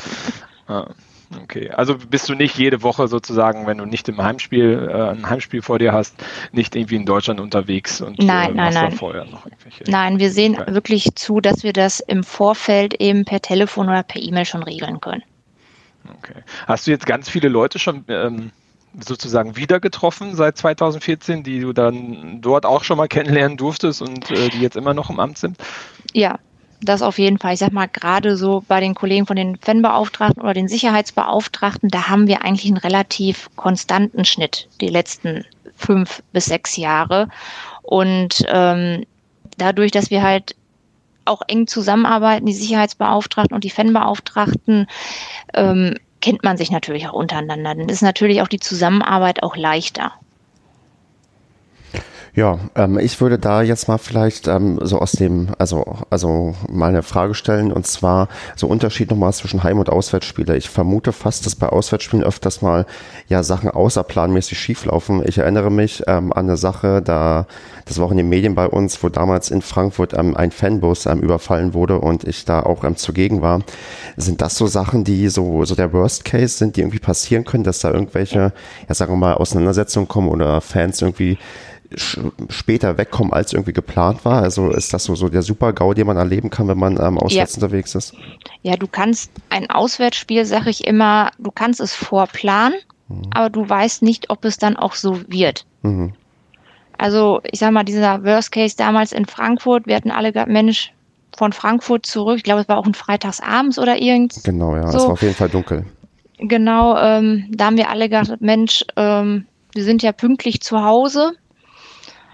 Okay, also bist du nicht jede Woche sozusagen, wenn du nicht ein Heimspiel vor dir hast, nicht irgendwie in Deutschland unterwegs und
nein.
dann vorher noch irgendwelche...
Nein, wir sehen wirklich zu, dass wir das im Vorfeld eben per Telefon oder per E-Mail schon regeln können.
Okay. Hast du jetzt ganz viele Leute schon sozusagen wieder getroffen seit 2014, die du dann dort auch schon mal kennenlernen durftest und die jetzt immer noch im Amt sind?
Ja, das auf jeden Fall. Ich sag mal, gerade so bei den Kollegen von den Fanbeauftragten oder den Sicherheitsbeauftragten, da haben wir eigentlich einen relativ konstanten Schnitt die letzten 5 bis 6 Jahre. Und dadurch, dass wir halt auch eng zusammenarbeiten, die Sicherheitsbeauftragten und die Fanbeauftragten, kennt man sich natürlich auch untereinander. Dann ist natürlich auch die Zusammenarbeit auch leichter.
Ja, ich würde da jetzt mal vielleicht so aus dem, also mal eine Frage stellen, und zwar so Unterschied nochmal zwischen Heim- und Auswärtsspiele. Ich vermute fast, dass bei Auswärtsspielen öfters mal ja Sachen außerplanmäßig schieflaufen. Ich erinnere mich an eine Sache, das war auch in den Medien bei uns, wo damals in Frankfurt ein Fanbus überfallen wurde und ich da auch zugegen war. Sind das so Sachen, die so der Worst Case sind, die irgendwie passieren können, dass da irgendwelche, ja sagen wir mal, Auseinandersetzungen kommen oder Fans irgendwie später wegkommen, als irgendwie geplant war? Also ist das so der Super-GAU, den man erleben kann, wenn man auswärts unterwegs ist?
Ja, du kannst ein Auswärtsspiel, sage ich immer, du kannst es vorplanen, aber du weißt nicht, ob es dann auch so wird. Mhm. Also ich sag mal, dieser Worst Case damals in Frankfurt, wir hatten alle gesagt, Mensch, von Frankfurt zurück, ich glaube, es war auch ein Freitagsabends oder irgendwas.
Genau, ja, so. Es war auf jeden Fall dunkel.
Genau, da haben wir alle gedacht, Mensch, wir sind ja pünktlich zu Hause.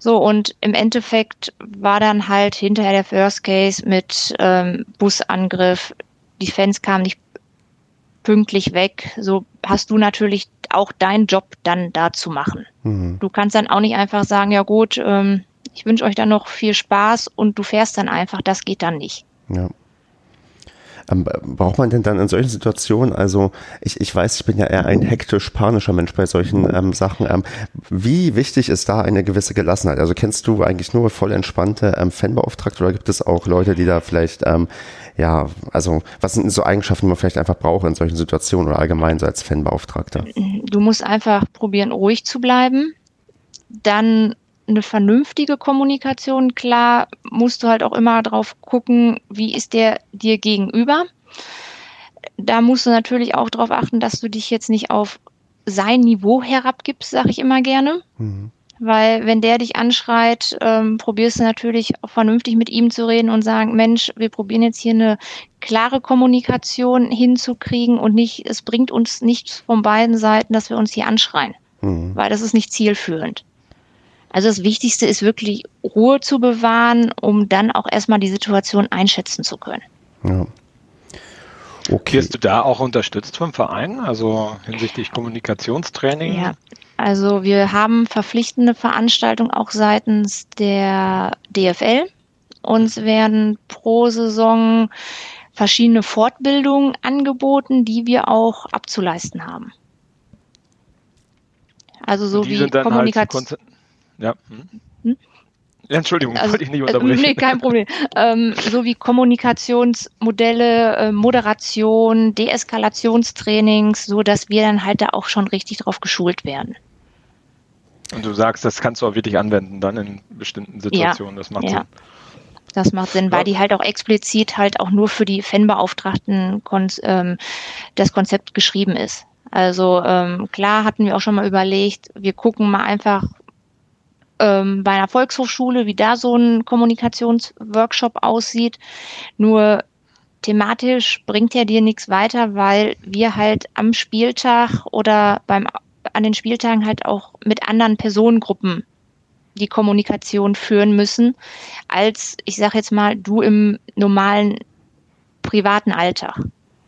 So, und im Endeffekt war dann halt hinterher der Worst Case mit Busangriff. Die Fans kamen nicht pünktlich weg. So hast du natürlich auch deinen Job dann da zu machen. Du kannst dann auch nicht einfach sagen, ja gut, ich wünsche euch dann noch viel Spaß und du fährst dann einfach. Das geht dann nicht.
Ja. Braucht man denn dann in solchen Situationen, also ich weiß, ich bin ja eher ein hektisch-panischer Mensch bei solchen Sachen. Wie wichtig ist da eine gewisse Gelassenheit? Also kennst du eigentlich nur voll entspannte Fanbeauftragte oder gibt es auch Leute, die da vielleicht, also was sind so Eigenschaften, die man vielleicht einfach braucht in solchen Situationen oder allgemein so als Fanbeauftragter?
Du musst einfach probieren, ruhig zu bleiben. Dann eine vernünftige Kommunikation. Klar, musst du halt auch immer drauf gucken, wie ist der dir gegenüber. Da musst du natürlich auch darauf achten, dass du dich jetzt nicht auf sein Niveau herabgibst, sage ich immer gerne. Weil wenn der dich anschreit, probierst du natürlich auch vernünftig mit ihm zu reden und sagen, Mensch, wir probieren jetzt hier eine klare Kommunikation hinzukriegen und nicht, es bringt uns nichts von beiden Seiten, dass wir uns hier anschreien. Weil das ist nicht zielführend. Also das Wichtigste ist wirklich Ruhe zu bewahren, um dann auch erstmal die Situation einschätzen zu können.
Ja. Okay.
Wirst du da auch unterstützt vom Verein, also hinsichtlich Kommunikationstraining?
Ja, also wir haben verpflichtende Veranstaltungen auch seitens der DFL. Uns werden pro Saison verschiedene Fortbildungen angeboten, die wir auch abzuleisten haben. Also so wie Kommunikation.
Ja. Ja, Entschuldigung, wollte ich nicht unterbrechen.
Nee, kein Problem. So wie Kommunikationsmodelle, Moderation, Deeskalationstrainings, so dass wir dann halt da auch schon richtig drauf geschult werden.
Und du sagst, das kannst du auch wirklich anwenden dann in bestimmten Situationen. Ja, das macht Sinn.
Das macht Sinn, weil die halt auch explizit halt auch nur für die Fanbeauftragten das Konzept geschrieben ist. Also klar hatten wir auch schon mal überlegt, wir gucken mal einfach bei einer Volkshochschule, wie da so ein Kommunikationsworkshop aussieht. Nur thematisch bringt ja dir nichts weiter, weil wir halt am Spieltag oder an den Spieltagen halt auch mit anderen Personengruppen die Kommunikation führen müssen, als, ich sage jetzt mal, du im normalen privaten Alltag.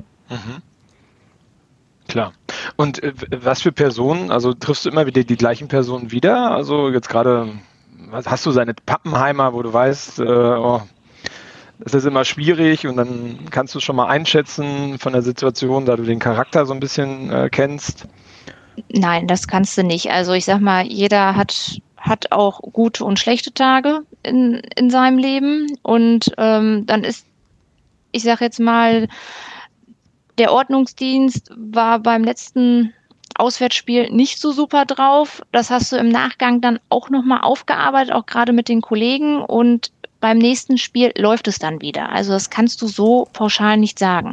Klar. Und was für Personen, also triffst du immer wieder die gleichen Personen wieder? Also jetzt gerade, hast du seine Pappenheimer, wo du weißt, das ist immer schwierig und dann kannst du schon mal einschätzen von der Situation, da du den Charakter so ein bisschen kennst?
Nein, das kannst du nicht. Also ich sag mal, jeder hat auch gute und schlechte Tage in seinem Leben und dann ist, ich sag jetzt mal, der Ordnungsdienst war beim letzten Auswärtsspiel nicht so super drauf. Das hast du im Nachgang dann auch nochmal aufgearbeitet, auch gerade mit den Kollegen. Und beim nächsten Spiel läuft es dann wieder. Also das kannst du so pauschal nicht sagen.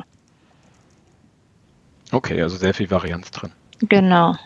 Okay, also sehr viel Varianz drin.
Genau.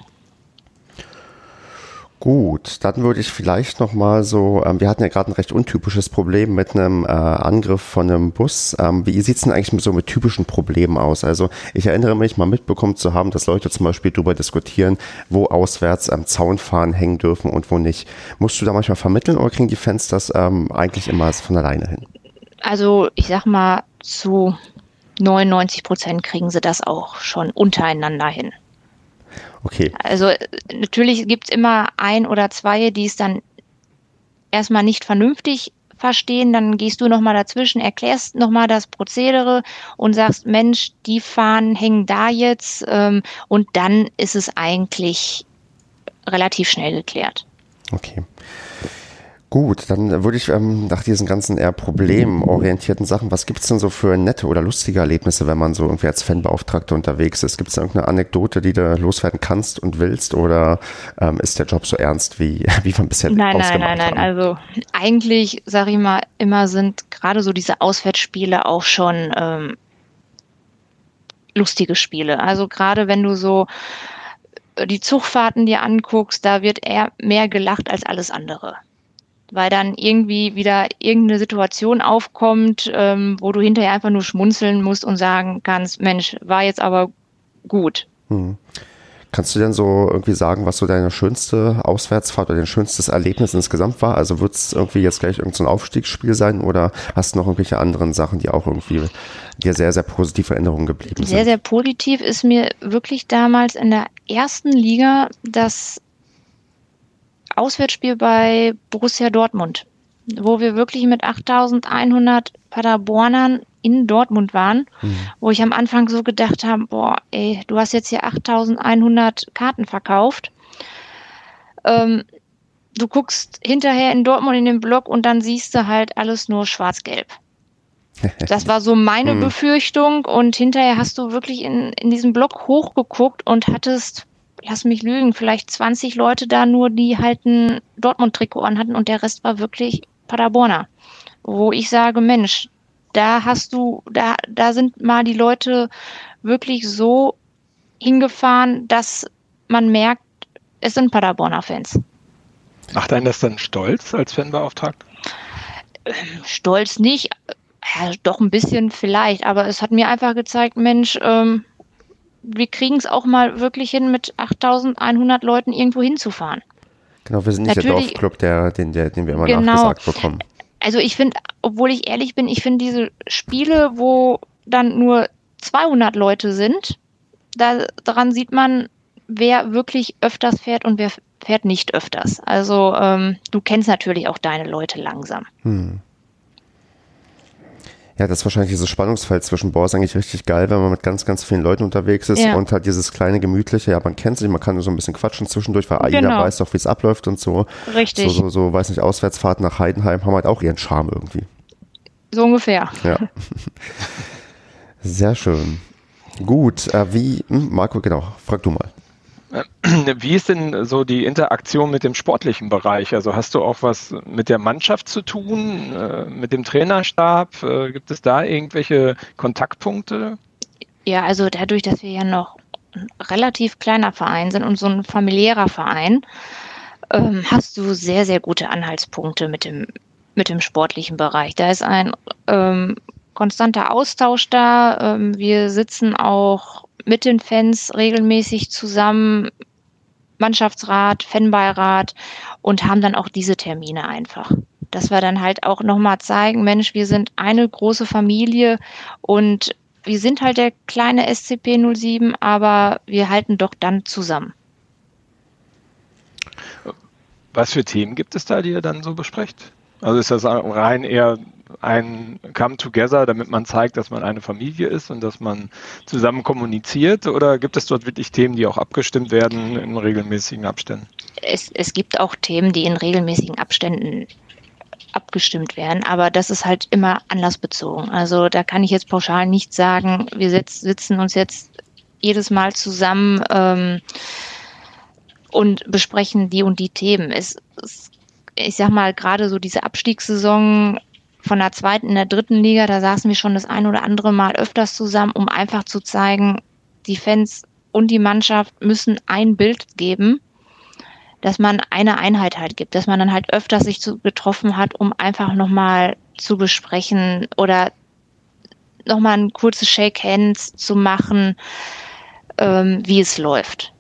Gut, dann würde ich vielleicht nochmal so, wir hatten ja gerade ein recht untypisches Problem mit einem Angriff von einem Bus. Wie sieht es denn eigentlich so mit typischen Problemen aus? Also ich erinnere mich mal mitbekommen zu haben, dass Leute zum Beispiel darüber diskutieren, wo auswärts am Zaunfahnen hängen dürfen und wo nicht. Musst du da manchmal vermitteln oder kriegen die Fans das eigentlich immer von alleine hin?
Also ich sag mal, zu 99% kriegen sie das auch schon untereinander hin.
Okay.
Also natürlich gibt es immer ein oder zwei, die es dann erstmal nicht vernünftig verstehen. Dann gehst du nochmal dazwischen, erklärst nochmal das Prozedere und sagst, Mensch, die Fahnen hängen da jetzt. Und dann ist es eigentlich relativ schnell geklärt.
Okay. Gut, dann würde ich nach diesen ganzen eher problemorientierten Sachen, was gibt es denn so für nette oder lustige Erlebnisse, wenn man so irgendwie als Fanbeauftragter unterwegs ist? Gibt es da irgendeine Anekdote, die du loswerden kannst und willst oder ist der Job so ernst, wie man bisher ausgemacht hat?
Nein. Also eigentlich, sage ich mal, immer sind gerade so diese Auswärtsspiele auch schon lustige Spiele. Also gerade wenn du so die Zugfahrten dir anguckst, da wird eher mehr gelacht als alles andere. Weil dann irgendwie wieder irgendeine Situation aufkommt, wo du hinterher einfach nur schmunzeln musst und sagen kannst, Mensch, war jetzt aber gut.
Kannst du denn so irgendwie sagen, was so deine schönste Auswärtsfahrt oder dein schönstes Erlebnis insgesamt war? Also wird es irgendwie jetzt gleich irgendein Aufstiegsspiel sein oder hast du noch irgendwelche anderen Sachen, die auch irgendwie dir sehr, sehr positive Erinnerungen geblieben sind?
Sehr, sehr positiv ist mir wirklich damals in der ersten Liga das Auswärtsspiel bei Borussia Dortmund, wo wir wirklich mit 8.100 Paderbornern in Dortmund waren, wo ich am Anfang so gedacht habe, boah, ey, du hast jetzt hier 8.100 Karten verkauft. Du guckst hinterher in Dortmund in den Block und dann siehst du halt alles nur schwarz-gelb. Das war so meine Befürchtung und hinterher hast du wirklich in diesem Block hochgeguckt und hattest, lass mich lügen, vielleicht 20 Leute da nur, die halt ein Dortmund-Trikot anhatten und der Rest war wirklich Paderborner. Wo ich sage, Mensch, da sind mal die Leute wirklich so hingefahren, dass man merkt, es sind Paderborner Fans.
Macht einen das dann stolz als Fanbeauftragter?
Stolz nicht, ja, doch ein bisschen vielleicht, aber es hat mir einfach gezeigt, Mensch, wir kriegen es auch mal wirklich hin, mit 8.100 Leuten irgendwo hinzufahren.
Genau, wir sind nicht natürlich der Dorfclub, den wir immer nachgesagt bekommen.
Also ich finde, obwohl ich ehrlich bin, ich finde diese Spiele, wo dann nur 200 Leute sind, daran sieht man, wer wirklich öfters fährt und wer fährt nicht öfters. Also du kennst natürlich auch deine Leute langsam.
Ja, das ist wahrscheinlich dieses Spannungsfeld zwischen ist eigentlich richtig geil, wenn man mit ganz, ganz vielen Leuten unterwegs ist und halt dieses kleine Gemütliche, ja, man kennt sich, man kann nur so ein bisschen quatschen zwischendurch, weil jeder weiß doch, wie es abläuft und so.
Richtig.
So, weiß nicht, Auswärtsfahrten nach Heidenheim haben halt auch ihren Charme irgendwie.
So ungefähr.
Ja. Sehr schön. Gut, Marco, genau, frag du mal.
Wie ist denn so die Interaktion mit dem sportlichen Bereich? Also hast du auch was mit der Mannschaft zu tun, mit dem Trainerstab? Gibt es da irgendwelche Kontaktpunkte?
Ja, also dadurch, dass wir ja noch ein relativ kleiner Verein sind und so ein familiärer Verein, hast du sehr, sehr gute Anhaltspunkte mit dem sportlichen Bereich. Da ist ein konstanter Austausch da. Wir sitzen auch mit den Fans regelmäßig zusammen, Mannschaftsrat, Fanbeirat und haben dann auch diese Termine einfach. Dass wir dann halt auch nochmal zeigen, Mensch, wir sind eine große Familie und wir sind halt der kleine SCP 07, aber wir halten doch dann zusammen.
Was für Themen gibt es da, die ihr dann so besprecht? Also ist das rein eher ein Come-Together, damit man zeigt, dass man eine Familie ist und dass man zusammen kommuniziert? Oder gibt es dort wirklich Themen, die auch abgestimmt werden in regelmäßigen Abständen?
Es gibt auch Themen, die in regelmäßigen Abständen abgestimmt werden, aber das ist halt immer anlassbezogen. Also da kann ich jetzt pauschal nicht sagen, wir sitzen uns jetzt jedes Mal zusammen und besprechen die und die Themen. Ich sag mal, gerade so diese Abstiegssaison von der 2. in der 3. Liga, da saßen wir schon das ein oder andere Mal öfters zusammen, um einfach zu zeigen, die Fans und die Mannschaft müssen ein Bild geben, dass man eine Einheit halt gibt, dass man dann halt öfters sich getroffen hat, um einfach nochmal zu besprechen oder nochmal ein kurzes Shake Hands zu machen, wie es läuft.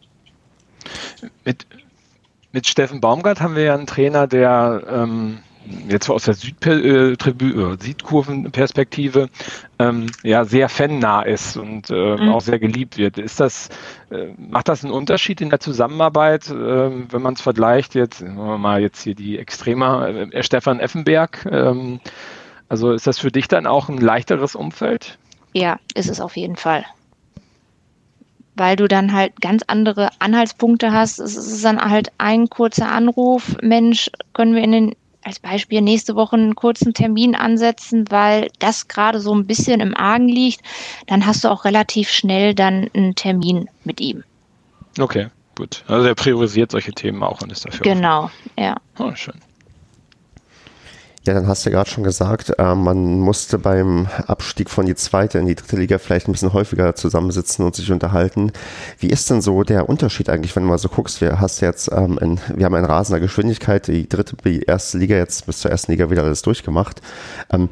Mit Steffen Baumgart haben wir ja einen Trainer, der jetzt aus der Südkurvenperspektive sehr fannah ist und auch sehr geliebt wird. Macht das einen Unterschied in der Zusammenarbeit, wenn man es vergleicht? Jetzt nehmen wir mal jetzt hier die Extremer Stefan Effenberg. Also ist das für dich dann auch ein leichteres Umfeld?
Ja, ist es auf jeden Fall. Weil du dann halt ganz andere Anhaltspunkte hast. Es ist dann halt ein kurzer Anruf, Mensch, können wir als Beispiel nächste Woche einen kurzen Termin ansetzen, weil das gerade so ein bisschen im Argen liegt, dann hast du auch relativ schnell dann einen Termin mit ihm.
Okay, gut. Also er priorisiert solche Themen auch und ist dafür
genau, offen. Ja.
Oh, schön.
Ja, dann hast du ja gerade schon gesagt, man musste beim Abstieg von die 2. in die 3. Liga vielleicht ein bisschen häufiger zusammensitzen und sich unterhalten. Wie ist denn so der Unterschied eigentlich, wenn du mal so guckst? Wir haben in rasender Geschwindigkeit die 1. Liga jetzt bis zur 1. Liga wieder alles durchgemacht.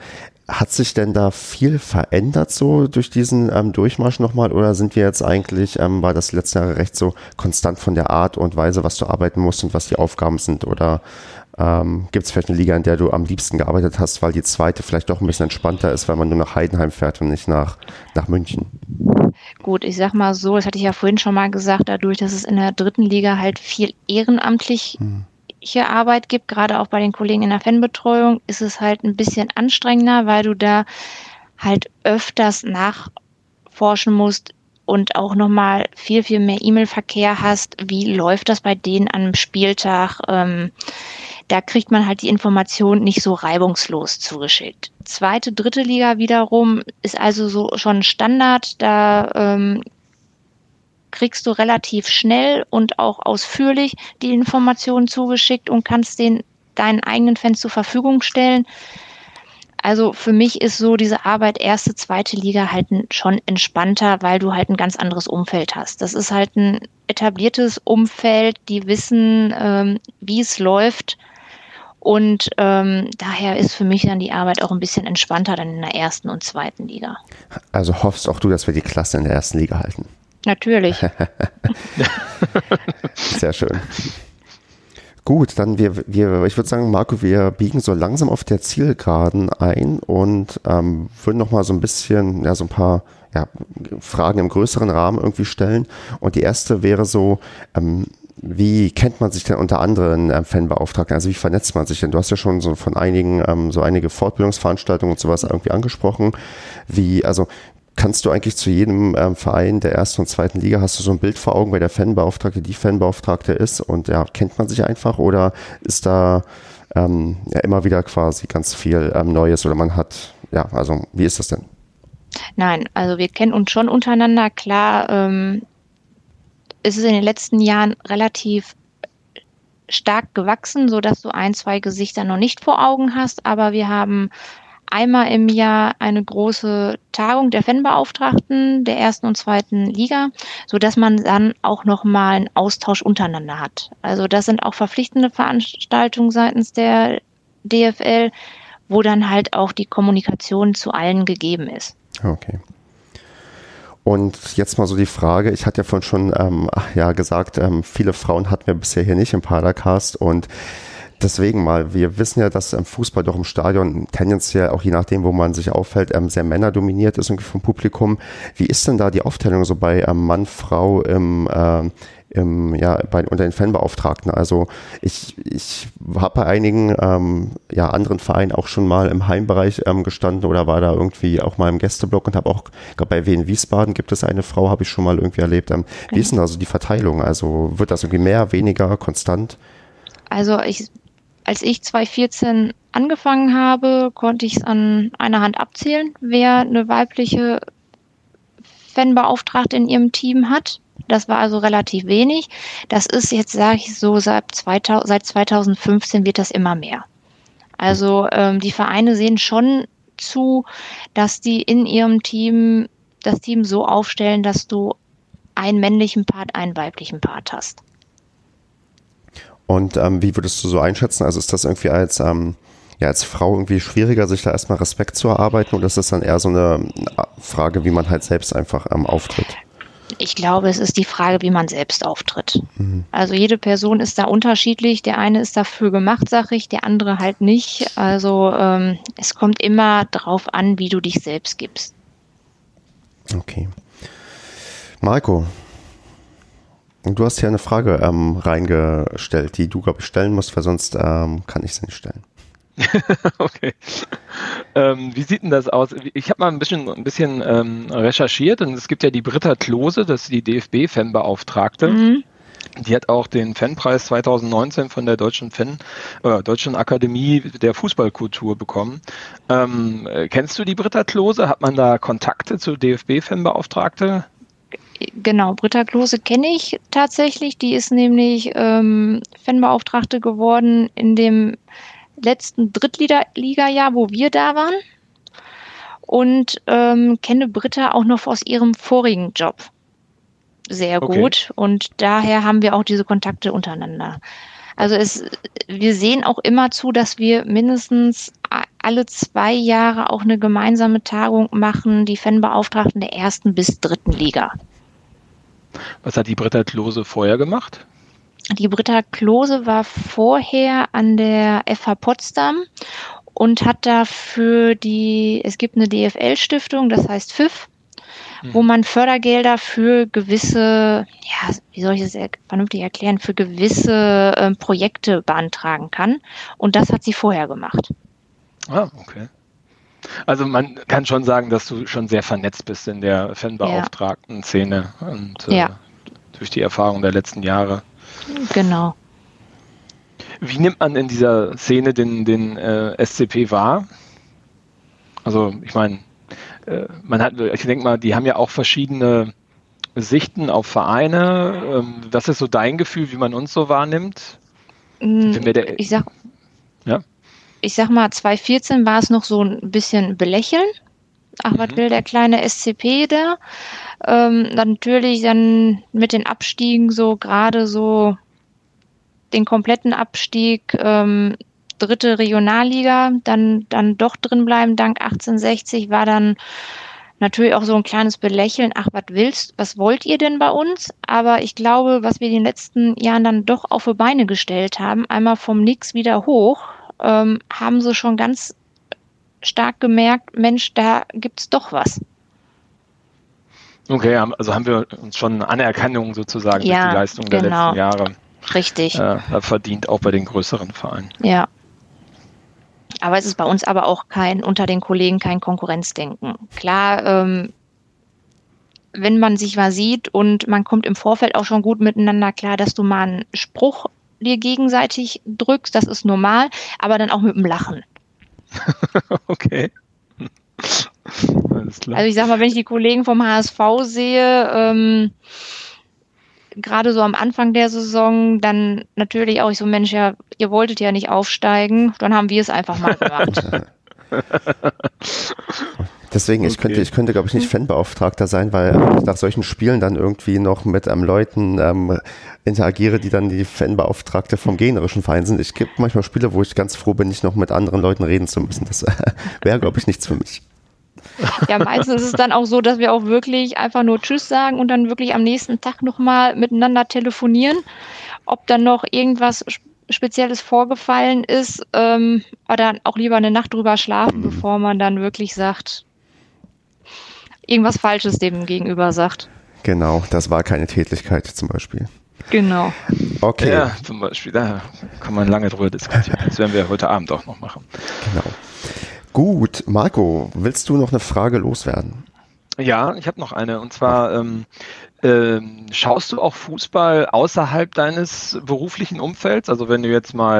Hat sich denn da viel verändert so durch diesen Durchmarsch nochmal oder sind wir jetzt eigentlich, war das letzte Jahr recht so konstant von der Art und Weise, was du arbeiten musst und was die Aufgaben sind oder gibt es vielleicht eine Liga, in der du am liebsten gearbeitet hast, weil die zweite vielleicht doch ein bisschen entspannter ist, weil man nur nach Heidenheim fährt und nicht nach München?
Gut, ich sag mal so, das hatte ich ja vorhin schon mal gesagt, dadurch, dass es in der dritten Liga halt viel ehrenamtliche Arbeit gibt, gerade auch bei den Kollegen in der Fanbetreuung, ist es halt ein bisschen anstrengender, weil du da halt öfters nachforschen musst und auch nochmal viel, viel mehr E-Mail-Verkehr hast. Wie läuft das bei denen am Spieltag? Da kriegt man halt die Information nicht so reibungslos zugeschickt. Zweite, dritte Liga wiederum ist also so schon Standard. Da kriegst du relativ schnell und auch ausführlich die Informationen zugeschickt und kannst deinen eigenen Fans zur Verfügung stellen. Also für mich ist so diese Arbeit erste, zweite Liga halt schon entspannter, weil du halt ein ganz anderes Umfeld hast. Das ist halt ein etabliertes Umfeld, die wissen, wie es läuft. Und daher ist für mich dann die Arbeit auch ein bisschen entspannter dann in der ersten und zweiten Liga.
Also hoffst auch du, dass wir die Klasse in der ersten Liga halten?
Natürlich.
Sehr schön. Gut, dann ich würde sagen, Marco, wir biegen so langsam auf der Zielgeraden ein und würden nochmal so ein bisschen, so ein paar Fragen im größeren Rahmen irgendwie stellen. Und die erste wäre so, wie kennt man sich denn unter anderen Fanbeauftragten? Also wie vernetzt man sich denn? Du hast ja schon so von einigen, so einige Fortbildungsveranstaltungen und sowas irgendwie angesprochen. Kannst du eigentlich zu jedem Verein der ersten und zweiten Liga, hast du so ein Bild vor Augen, wer der Fanbeauftragte, die Fanbeauftragte ist und kennt man sich einfach oder ist da immer wieder quasi ganz viel Neues oder man hat, wie ist das denn?
Nein, also wir kennen uns schon untereinander, klar, es ist in den letzten Jahren relativ stark gewachsen, sodass du 1, 2 Gesichter noch nicht vor Augen hast, aber wir haben einmal im Jahr eine große Tagung der Fanbeauftragten der ersten und zweiten Liga, sodass man dann auch nochmal einen Austausch untereinander hat. Also das sind auch verpflichtende Veranstaltungen seitens der DFL, wo dann halt auch die Kommunikation zu allen gegeben ist.
Okay. Und jetzt mal so die Frage, ich hatte ja vorhin schon gesagt, viele Frauen hatten wir bisher hier nicht im Padercast und deswegen mal, wir wissen ja, dass Fußball doch im Stadion tendenziell, auch je nachdem, wo man sich aufhält, sehr männerdominiert ist irgendwie vom Publikum. Wie ist denn da die Aufteilung so bei Mann, Frau unter den Fanbeauftragten? Also ich habe bei einigen anderen Vereinen auch schon mal im Heimbereich gestanden oder war da irgendwie auch mal im Gästeblock und habe auch, glaube bei Wien Wiesbaden gibt es eine Frau, habe ich schon mal irgendwie erlebt. Wie ist denn also die Verteilung? Also wird das irgendwie mehr, weniger, konstant?
Also als ich 2014 angefangen habe, konnte ich es an einer Hand abzählen, wer eine weibliche Fanbeauftragte in ihrem Team hat. Das war also relativ wenig. Das ist jetzt, sage ich so, seit 2015 wird das immer mehr. Also die Vereine sehen schon zu, dass die in ihrem Team das Team so aufstellen, dass du einen männlichen Part, einen weiblichen Part hast.
Und wie würdest du so einschätzen? Also ist das irgendwie als Frau irgendwie schwieriger, sich da erstmal Respekt zu erarbeiten oder ist das dann eher so eine Frage, wie man halt selbst einfach auftritt?
Ich glaube, es ist die Frage, wie man selbst auftritt. Also jede Person ist da unterschiedlich. Der eine ist dafür gemacht, sag ich, der andere halt nicht. Also es kommt immer drauf an, wie du dich selbst gibst.
Okay. Marco, du hast hier eine Frage reingestellt, die du, glaube ich, stellen musst, weil sonst kann ich sie nicht stellen.
Okay. Wie sieht denn das aus? Ich habe mal ein bisschen recherchiert und es gibt ja die Britta Klose, das ist die DFB-Fanbeauftragte. Die hat auch den Fanpreis 2019 von der Deutschen Akademie der Fußballkultur bekommen. Kennst du die Britta Klose? Hat man da Kontakte zu DFB-Fanbeauftragte?
Genau, Britta Klose kenne ich tatsächlich. Die ist nämlich Fanbeauftragte geworden in dem letzten Drittliga-Jahr, wo wir da waren. Und kenne Britta auch noch aus ihrem vorigen Job sehr gut. Und daher haben wir auch diese Kontakte untereinander. Also wir sehen auch immer zu, dass wir mindestens alle 2 Jahre auch eine gemeinsame Tagung machen, die Fanbeauftragten der 1. bis 3. Liga.
Was hat die Britta Klose vorher gemacht?
Die Britta Klose war vorher an der FH Potsdam und hat dafür es gibt eine DFL-Stiftung, das heißt FIF, wo man Fördergelder für gewisse, ja, wie soll ich das vernünftig erklären, für gewisse Projekte beantragen kann. Und das hat sie vorher gemacht.
Ah, okay. Also man kann schon sagen, dass du schon sehr vernetzt bist in der Fanbeauftragten-Szene und durch die Erfahrung der letzten Jahre.
Genau.
Wie nimmt man in dieser Szene den SCP wahr? Also ich meine, ich denke mal, die haben ja auch verschiedene Sichten auf Vereine. Was ist so dein Gefühl, wie man uns so wahrnimmt?
Ich sag mal, 2014 war es noch so ein bisschen belächeln. Ach, was will der kleine SCP da? Dann natürlich dann mit den Abstiegen so gerade so den kompletten Abstieg, 3. Regionalliga, dann doch drin bleiben dank 1860 war dann natürlich auch so ein kleines Belächeln. Ach, was wollt ihr denn bei uns? Aber ich glaube, was wir in den letzten Jahren dann doch auf die Beine gestellt haben, einmal vom Nix wieder hoch, haben sie schon ganz stark gemerkt, Mensch, da gibt's doch was.
Okay, also haben wir uns schon Anerkennung sozusagen durch die Leistung der letzten Jahre.
Richtig.
Verdient, auch bei den größeren Vereinen.
Ja. Aber es ist bei uns aber auch unter den Kollegen kein Konkurrenzdenken. Klar, wenn man sich mal sieht und man kommt im Vorfeld auch schon gut miteinander klar, dass du mal einen Spruch dir gegenseitig drückst, das ist normal, aber dann auch mit dem Lachen.
Okay. Alles klar.
Also ich sag mal, wenn ich die Kollegen vom HSV sehe, gerade so am Anfang der Saison, dann natürlich auch so, Mensch, ja, ihr wolltet ja nicht aufsteigen, dann haben wir es einfach mal gemacht.
Deswegen, ich könnte, glaube ich, nicht Fanbeauftragter sein, weil ich nach solchen Spielen dann irgendwie noch mit Leuten interagiere, die dann die Fanbeauftragte vom gegnerischen Verein sind. Es gibt manchmal Spiele, wo ich ganz froh bin, nicht noch mit anderen Leuten reden zu müssen. Das wäre, glaube ich, nichts für mich.
Ja, meistens ist es dann auch so, dass wir auch wirklich einfach nur Tschüss sagen und dann wirklich am nächsten Tag nochmal miteinander telefonieren, ob dann noch irgendwas Spezielles vorgefallen ist, oder auch lieber eine Nacht drüber schlafen, bevor man dann wirklich sagt, irgendwas Falsches dem Gegenüber sagt.
Genau, das war keine Tätlichkeit zum Beispiel.
Genau.
Okay.
Ja, zum Beispiel, da kann man lange drüber diskutieren. Das werden wir heute Abend auch noch machen.
Genau. Gut, Marco, willst du noch eine Frage loswerden?
Ja, ich habe noch eine. Und zwar, schaust du auch Fußball außerhalb deines beruflichen Umfelds? Also wenn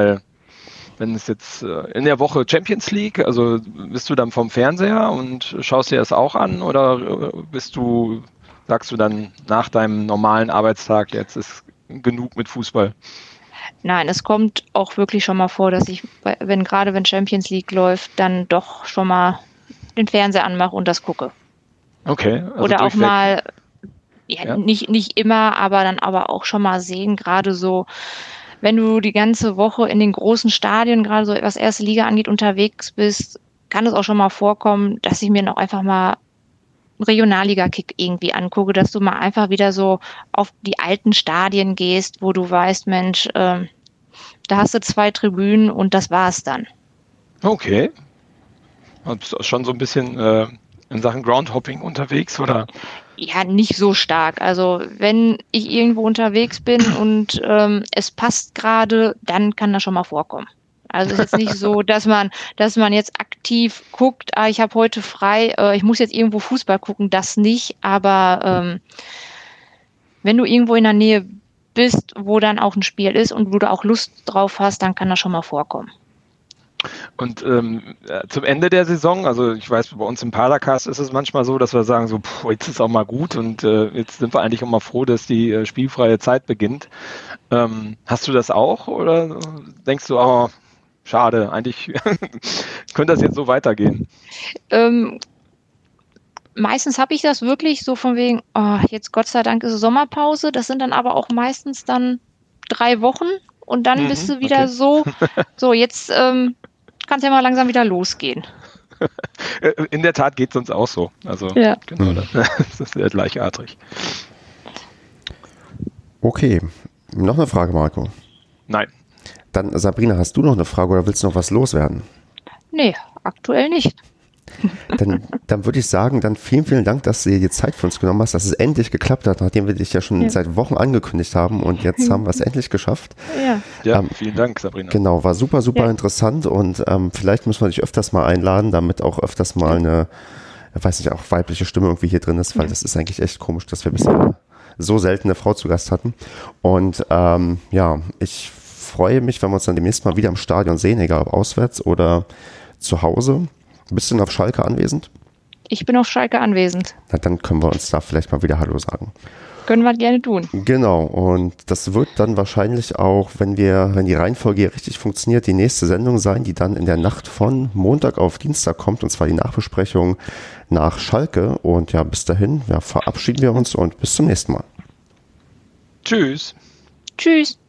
es jetzt in der Woche Champions League, also bist du dann vom Fernseher und schaust dir das auch an? Oder sagst du dann nach deinem normalen Arbeitstag, jetzt ist genug mit Fußball?
Nein, es kommt auch wirklich schon mal vor, dass ich, wenn Champions League läuft, dann doch schon mal den Fernseher anmache und das gucke.
Okay. Also
oder auch
durchweg.
mal, nicht immer, aber dann aber auch schon mal sehen, gerade so, wenn du die ganze Woche in den großen Stadien, gerade so was erste Liga angeht, unterwegs bist, kann es auch schon mal vorkommen, dass ich mir noch einfach mal einen Regionalliga-Kick irgendwie angucke, dass du mal einfach wieder so auf die alten Stadien gehst, wo du weißt, Mensch, da hast du 2 Tribünen und das war's dann.
Okay. Bist du schon so ein bisschen in Sachen Groundhopping unterwegs, oder?
Ja, nicht so stark. Also wenn ich irgendwo unterwegs bin und es passt gerade, dann kann das schon mal vorkommen. Also es ist jetzt nicht so, dass man jetzt aktiv guckt, ich habe heute frei, ich muss jetzt irgendwo Fußball gucken, das nicht. Aber wenn du irgendwo in der Nähe bist, wo dann auch ein Spiel ist und wo du auch Lust drauf hast, dann kann das schon mal vorkommen.
Und zum Ende der Saison, also ich weiß, bei uns im Padercast ist es manchmal so, dass wir sagen, so jetzt ist auch mal gut und jetzt sind wir eigentlich auch mal froh, dass die spielfreie Zeit beginnt. Hast du das auch oder denkst du, schade, eigentlich könnte das jetzt so weitergehen?
Meistens habe ich das wirklich so von wegen, jetzt Gott sei Dank ist Sommerpause, das sind dann aber auch meistens dann 3 Wochen und dann bist du wieder so jetzt kann es ja mal langsam wieder losgehen.
In der Tat geht es uns auch so. Also
Ja.
genau, das ist sehr gleichartig.
Okay, noch eine Frage, Marco.
Nein.
Dann, Sabrina, hast du noch eine Frage oder willst du noch was loswerden?
Nee, aktuell nicht.
Dann würde ich sagen, dann vielen, vielen Dank, dass du dir die Zeit für uns genommen hast, dass es endlich geklappt hat, nachdem wir dich ja schon seit Wochen angekündigt haben und jetzt haben wir es endlich geschafft.
Ja.
Vielen Dank, Sabrina.
Genau, war super, super interessant und vielleicht müssen wir dich öfters mal einladen, damit auch öfters mal eine, weiß nicht, auch weibliche Stimme irgendwie hier drin ist, weil das ist eigentlich echt komisch, dass wir bisher so selten eine Frau zu Gast hatten. Und ich freue mich, wenn wir uns dann demnächst mal wieder im Stadion sehen, egal ob auswärts oder zu Hause. Bist du denn auf Schalke anwesend?
Ich bin auf Schalke anwesend.
Na, dann können wir uns da vielleicht mal wieder Hallo sagen.
Können wir gerne tun.
Genau, und das wird dann wahrscheinlich auch, wenn die Reihenfolge hier richtig funktioniert, die nächste Sendung sein, die dann in der Nacht von Montag auf Dienstag kommt, und zwar die Nachbesprechung nach Schalke. Und ja, bis dahin verabschieden wir uns und bis zum nächsten Mal.
Tschüss.
Tschüss.